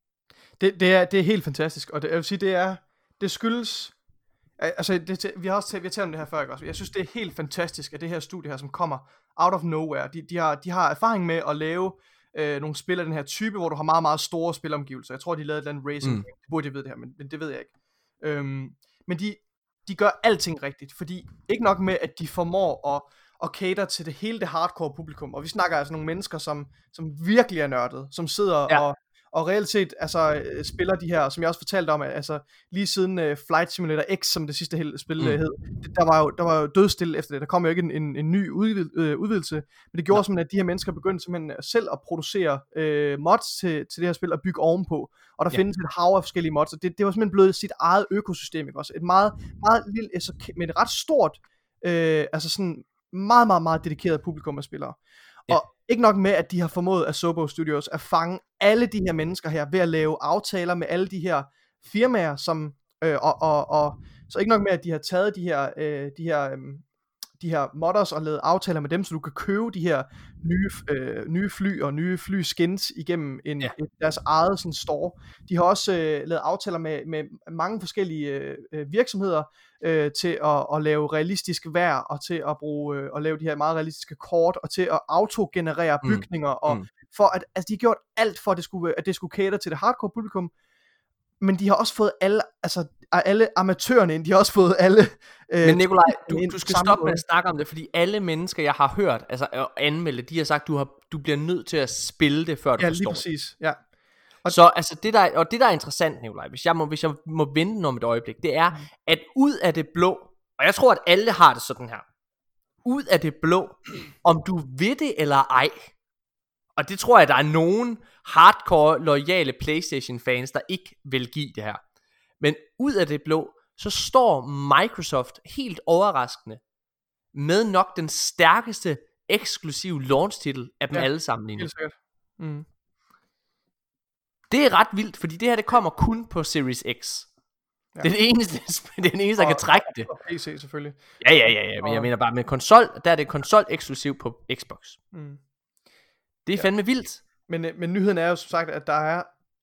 Det er helt fantastisk, og jeg vil sige, det skyldes, altså vi har talt om det her før, ikke også? Jeg synes, det er helt fantastisk, at det her studie her, som kommer out of nowhere, de har erfaring med at lave nogle spil af den her type, hvor du har meget, meget store spilomgivelser. Jeg tror, de lavede et eller andet racing, det burde jeg vide det her, men det ved jeg ikke. Men de gør alting rigtigt, fordi ikke nok med, at de formår at cater til hele det hardcore publikum, og vi snakker altså nogle mennesker, som virkelig er nørdet, som sidder og reelt set altså spiller de her, som jeg også fortalte om, altså lige siden Flight Simulator X, som det sidste spil hed, der var jo dødstille efter det. Der kom jo ikke en ny udvidelse, men det gjorde simpelthen, at de her mennesker begyndte simpelthen selv at producere mods til det her spil og bygge ovenpå. Og der findes et hav af forskellige mods, og det var simpelthen blevet sit eget økosystem, ikke også? Et meget, meget lille, altså, med et ret stort, altså sådan meget, meget, meget dedikeret publikum af spillere. Og ikke nok med, at de har formået af Asobo Studios at fange alle de her mennesker her ved at lave aftaler med alle de her firmaer, som så ikke nok med, at de har taget de her modders og lavet aftaler med dem, så du kan købe de her nye fly og nye flyskins igennem deres eget sådan store. De har også lavet aftaler med mange forskellige virksomheder til at lave realistisk vejr og til at bruge at lave de her meget realistiske kort og til at autogenerere bygninger og for at altså de har gjort alt for at det skulle cater til det hardcore publikum. Men de har også fået alle amatørerne ind. De har også fået alle... Men Nikolaj, du skal stoppe med at snakke om det, fordi alle mennesker, jeg har hørt anmelde, de har sagt, du bliver nødt til at spille det, før du forstår. Ja, lige præcis. Ja. Så altså, det der er interessant, Nikolaj, hvis jeg må vente om et øjeblik, det er, at ud af det blå, og jeg tror, at alle har det sådan her, ud af det blå, om du ved det eller ej, og det tror jeg, der er nogen hardcore, loyale PlayStation-fans, der ikke vil give det her. Men ud af det blå, så står Microsoft helt overraskende med nok den stærkeste eksklusive launch-titel af dem alle sammen lige nu. Helt sikkert. Det er ret vildt, fordi det her, det kommer kun på Series X. Ja. Det er den eneste, der kan trække det. Og PC selvfølgelig. Ja, men jeg mener bare med konsol, der er det konsol eksklusiv på Xbox. Det er fandme vildt. Men nyheden er jo som sagt, at der er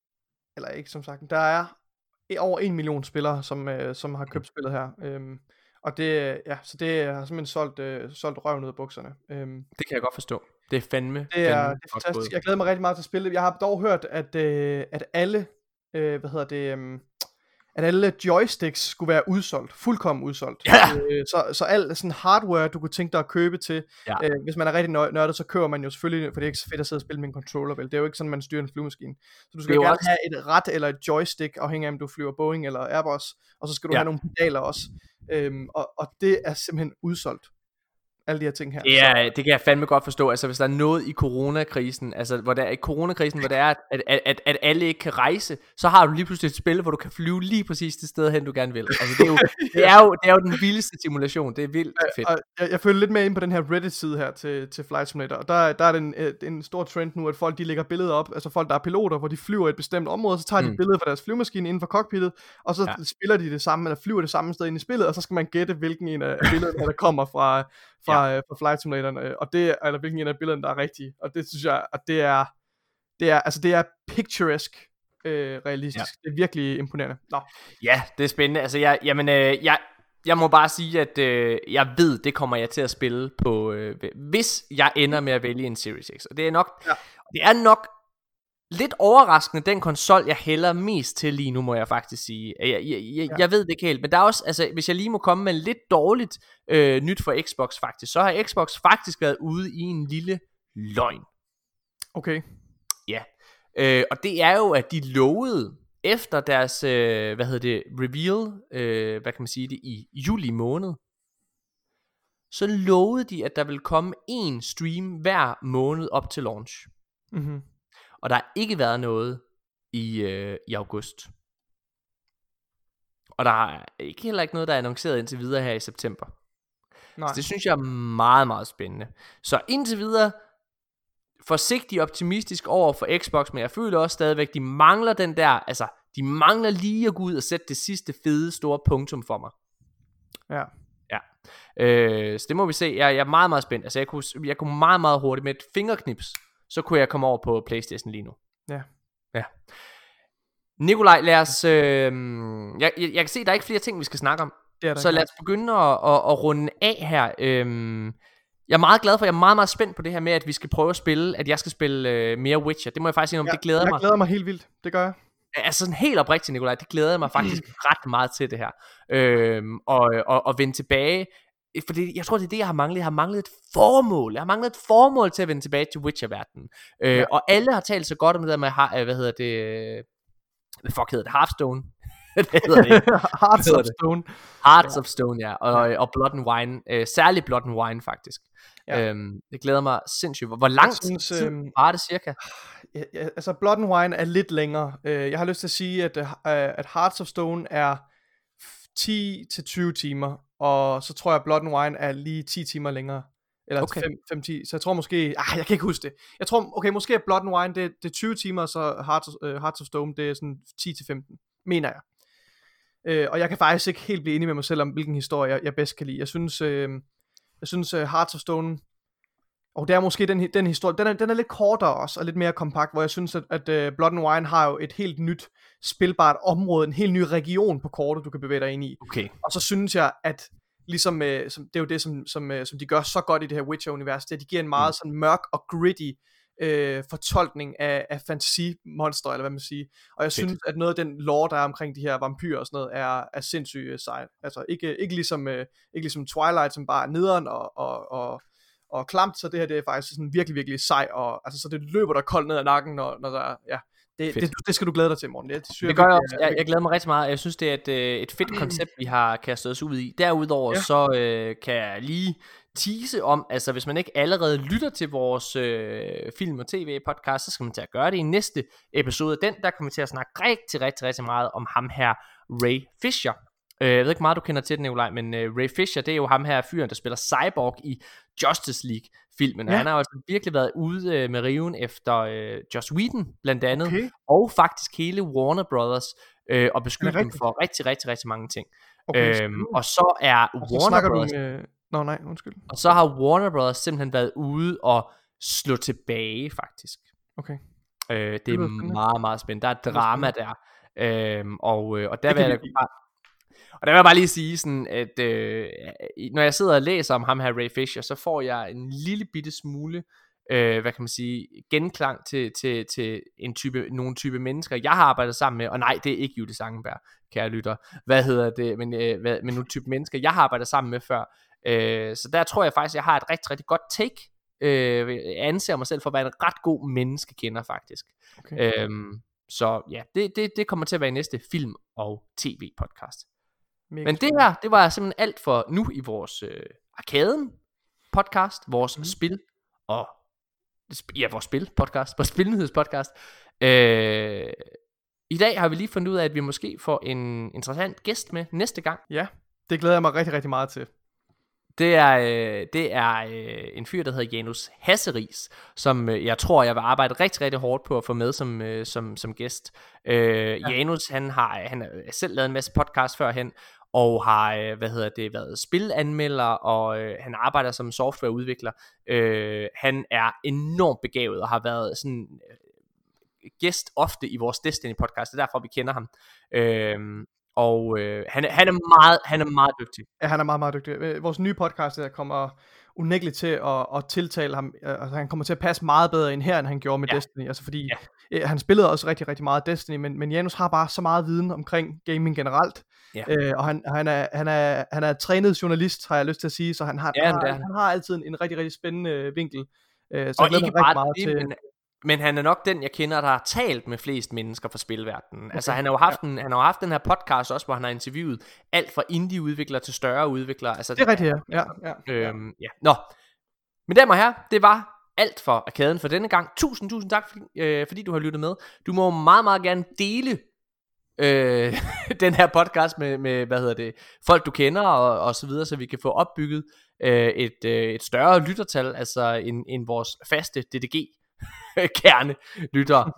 over 1 million spillere, som har købt spillet her. Og det, så det har simpelthen solgt røven ud af bukserne. Det kan jeg godt forstå. Det er fandme. Det er fantastisk. Jeg glæder mig rigtig meget til at spille det. Jeg har dog hørt, at alle, at alle joysticks skulle være udsolgt, fuldkommen udsolgt. Så alt sådan hardware, du kunne tænke dig at købe til, hvis man er rigtig nørdet, så køber man jo selvfølgelig, for det er ikke så fedt at sidde og spille med en controller, vel? Det er jo ikke sådan, man styrer en flyvemaskine. Så du skal jo gerne have et rat eller et joystick, afhængig af om du flyver Boeing eller Airbus, og så skal du have nogle pedaler også. Og det er simpelthen udsolgt. alle de her ting her. Ja, det kan jeg fandme godt forstå. Altså hvis der er noget i coronakrisen, altså hvor der er i coronakrisen, hvor det er at alle ikke kan rejse, så har du lige pludselig et spil, hvor du kan flyve lige præcis det sted hen du gerne vil. Altså det er jo den vildeste simulation. Det er vildt fedt. Jeg følger lidt med ind på den her Reddit side her til Flight Simulator, og der er det en stor trend nu, at folk de lægger billeder op, altså folk der er piloter, hvor de flyver i et bestemt område, så tager de et billede fra deres flyvemaskine inden for cockpittet, og så spiller de det samme, eller flyver det samme sted ind i spillet, og så skal man gætte hvilken en af billederne der kommer fra Flight Simulatoren, og det eller hvilken en af billederne der er rigtige, og det synes jeg, at det er picturesque realistisk. Det er virkelig imponerende. Nå. Ja, det er spændende. Altså jeg må bare sige, at jeg ved, det kommer jeg til at spille på, hvis jeg ender med at vælge en Series X. Og det er nok lidt overraskende, den konsol, jeg hælder mest til lige nu, må jeg faktisk sige. Jeg ved det ikke helt, men der er også, altså, hvis jeg lige må komme med lidt dårligt nyt for Xbox faktisk, så har Xbox faktisk været ude i en lille løgn. Okay. Ja, og det er jo, at de lovede, efter deres, reveal, hvad kan man sige det, i juli måned, så lovede de, at der vil komme en stream hver måned op til launch. Mhm. Og der har ikke været noget i august. Og der er heller ikke noget, der er annonceret indtil videre her i september. Nej. Så det synes jeg er meget, meget spændende. Så indtil videre, forsigtig optimistisk over for Xbox, men jeg føler også stadigvæk, de mangler den der, altså, de mangler lige at gå ud og sætte det sidste fede, store punktum for mig. Ja. Så det må vi se. Jeg er meget, meget spændt. Altså, jeg kunne meget, meget hurtigt med et fingerknips, så kunne jeg komme over på PlayStation lige nu. Ja. Nikolaj, lad os... jeg kan se, der er ikke flere ting, vi skal snakke om. Så lad os begynde at runde af her. Jeg er meget glad for, jeg er meget, meget spændt på det her med, at vi skal prøve at spille, at jeg skal spille mere Witcher. Det må jeg faktisk sige, det glæder mig. Jeg glæder mig helt vildt, det gør jeg. Altså sådan helt oprigtigt, Nikolaj, det glæder jeg mig faktisk ret meget til det her. Og vende tilbage. Fordi jeg tror, det er det, jeg har manglet. Jeg har manglet et formål. Jeg har manglet et formål til at vende tilbage til Witcher-verdenen. Og alle har talt så godt om det der med, hvad fuck hedder det? Hearthstone? Det hedder det ikke. Hearts of Stone, ja. Og Blood and Wine. Særligt Blood and Wine, faktisk. Ja. Det glæder mig sindssygt. Hvor lang tid var det cirka? Altså Blood and Wine er lidt længere. Jeg har lyst til at sige, at Hearts of Stone er 10-20 timer. Og så tror jeg, at Blood and Wine er lige 10 timer længere. Eller 5-10. Så jeg tror måske... jeg kan ikke huske det. Jeg tror, måske at Blood and Wine, det er 20 timer, og så Hearts of Stone, det er sådan 10-15. Mener jeg. Og jeg kan faktisk ikke helt blive enig med mig selv om, hvilken historie jeg bedst kan lide. Jeg synes Hearts of Stone... Og det er måske den historie... Den er lidt kortere også, og lidt mere kompakt, hvor jeg synes, at Blood and Wine har jo et helt nyt spilbart område, en helt ny region på kortet, du kan bevæge dig ind i. Okay. Og så synes jeg, at ligesom, det er jo det, som de gør så godt i det her Witcher-univers, det er, at de giver en meget sådan mørk og gritty fortolkning af fantasimonster, eller hvad man siger. Og jeg synes, at noget af den lore, der er omkring de her vampyrer og sådan noget, er sindssygt sejt. Altså ikke ligesom Twilight, som bare er nederen og klamt, så det her det er faktisk sådan virkelig, virkelig sej, og altså, så det løber der koldt ned ad nakken, når der er, ja. Det skal du glæde dig til, Morten. Det gør jeg også. Jeg glæder mig rigtig meget. Jeg synes, det er et fedt koncept, vi har kastet os ud i. Derudover så kan jeg lige tease om, altså hvis man ikke allerede lytter til vores film- og tv-podcast, så skal man til at gøre det i næste episode. Der kommer vi til at snakke rigtig meget om ham her, Ray Fisher. Jeg ved ikke meget, du kender til den, Nikolaj, men Ray Fisher, det er jo ham her fyren, der spiller Cyborg i Justice League-filmen. Han har jo altså virkelig været ude med riven efter Joss Whedon, blandt andet, og faktisk hele Warner Brothers, og beskyldt dem for rigtig mange ting. Og så er Warner Brothers... Og så har Warner Brothers simpelthen været ude og slå tilbage, faktisk. Okay. Det er meget, meget spændende. Der er drama der. Og der vil jeg bare... Og der vil jeg bare lige sige sådan, at når jeg sidder og læser om ham her, Ray Fisher, så får jeg en lille bitte smule, hvad kan man sige, genklang til nogle type mennesker, jeg har arbejdet sammen med. Og nej, det er ikke Jytte Sangenberg, kære lytter. Men nogle type mennesker, jeg har arbejdet sammen med før. Så der tror jeg faktisk, jeg har et rigtig godt take. Jeg anser mig selv for at være en ret god menneskekender, faktisk. Okay. Så ja, det kommer til at være i næste film- og tv-podcast. Men det her, det var simpelthen alt for nu i vores Arkaden podcast, vores spil og vores spilpodcast, vores spilnyhedspodcast. I dag har vi lige fundet ud af, at vi måske får en interessant gæst med næste gang. Ja, det glæder jeg mig rigtig, rigtig meget til. Det er en fyr, der hedder Janus Hasseris, som jeg tror, jeg vil arbejde rigtig, rigtig hårdt på at få med som gæst. Janus, han har selv lavet en masse podcast førhen, og har, været spilanmelder, og han arbejder som softwareudvikler. Han er enormt begavet, og har været sådan gæst ofte i vores Destiny podcast, det er derfor vi kender ham. Han er meget dygtig. Ja, han er meget, meget dygtig. Vores nye podcast der kommer unægteligt til at tiltale ham. Altså, han kommer til at passe meget bedre ind her, end han gjorde med Destiny. Altså fordi han spillede også rigtig, rigtig meget Destiny, men Janus har bare så meget viden omkring gaming generelt. Og han er trænet journalist, har jeg lyst til at sige, så han har altid en rigtig, rigtig spændende vinkel. Så og ikke bare meget det, men han er nok den, jeg kender, der har talt med flest mennesker fra spilverdenen. Okay. Altså han har jo haft den her podcast også, hvor han har interviewet alt fra indie-udviklere til større udviklere. Altså, det er rigtigt, ja. Nå, men damer og herrer, det var alt for Arkaden for denne gang. Tusind tak, fordi du har lyttet med. Du må meget, meget gerne dele den her podcast med folk du kender og så videre, så vi kan få opbygget et større lyttertal, altså end vores faste DDG kerne lyttere.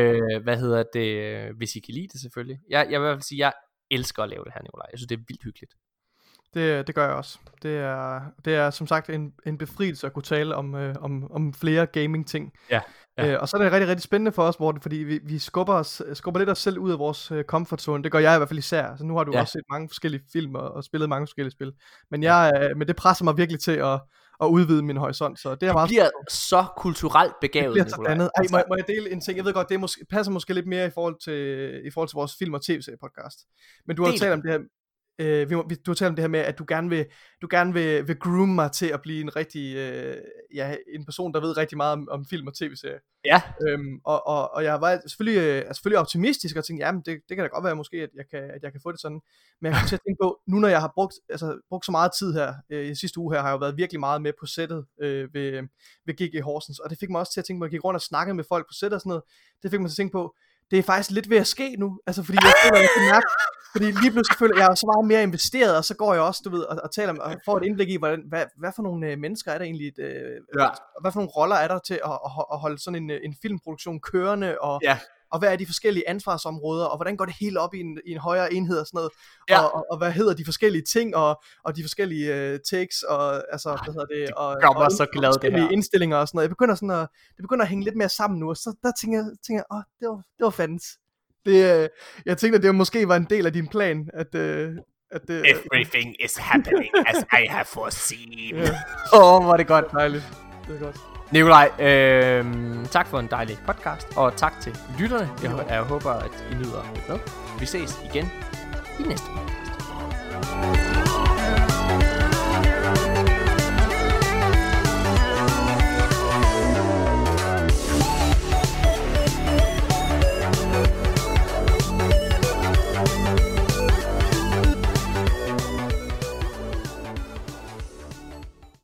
Hvis I kan lide det selvfølgelig. Jeg vil i hvert fald sige, jeg elsker at lave det her, Nikolaj. Jeg synes det er vildt hyggeligt. Det gør jeg også. Det er som sagt en befrielse at kunne tale om flere gaming ting. Ja. Og så er det rigtig, rigtig spændende for os, Morten, fordi vi skubber lidt os selv ud af vores comfort zone. Det gør jeg i hvert fald især. Så nu har du også set mange forskellige film og spillet mange forskellige spil. Men det presser mig virkelig til at udvide min horisont. Så det er meget bliver så kulturelt begavet. Det bliver så andet. Må jeg dele en ting? Jeg ved godt, det passer måske lidt mere i forhold til vores film- og tv-serie podcast. Men du har talt om det her. Du har talt om det her med, at du gerne vil groom mig til at blive en rigtig en person, der ved rigtig meget om film og tv-serier. Ja. Og jeg var selvfølgelig optimistisk og tænkte, jamen det kan da godt være måske, at jeg kan få det sådan. Men jeg kom til at tænke på, nu når jeg har brugt så meget tid her i sidste uge her, har jeg jo været virkelig meget med på sættet ved GG Horsens, og det fik mig også til at tænke på, at jeg gik rundt og snakkede med folk på sættet og sådan noget. Det fik mig til at tænke på, det er faktisk lidt ved at ske nu, altså fordi jeg føler, jeg kan mærke, fordi lige pludselig føler jeg er så meget mere investeret, og så går jeg også, du ved, og taler om, og får et indblik i, hvad for nogle mennesker er der egentlig, hvad for nogle roller er der til at holde sådan en filmproduktion kørende, og hvad er de forskellige ansvarsområder, og hvordan går det hele op i en højere enhed og sådan noget, og hvad hedder de forskellige ting, og de forskellige takes, og altså, hvad hedder det, og så glad forskellige indstillinger og sådan noget. Det begynder at hænge lidt mere sammen nu, og så der tænker jeg, det var fandens. Jeg tænkte, at det måske var en del af din plan, at everything is happening as I have foreseen. Hvor er det godt. Dejligt. Det er godt. Nikolaj, tak for en dejlig podcast, og tak til lytterne. Jeg håber, at I nyder det med. Vi ses igen i næste podcast.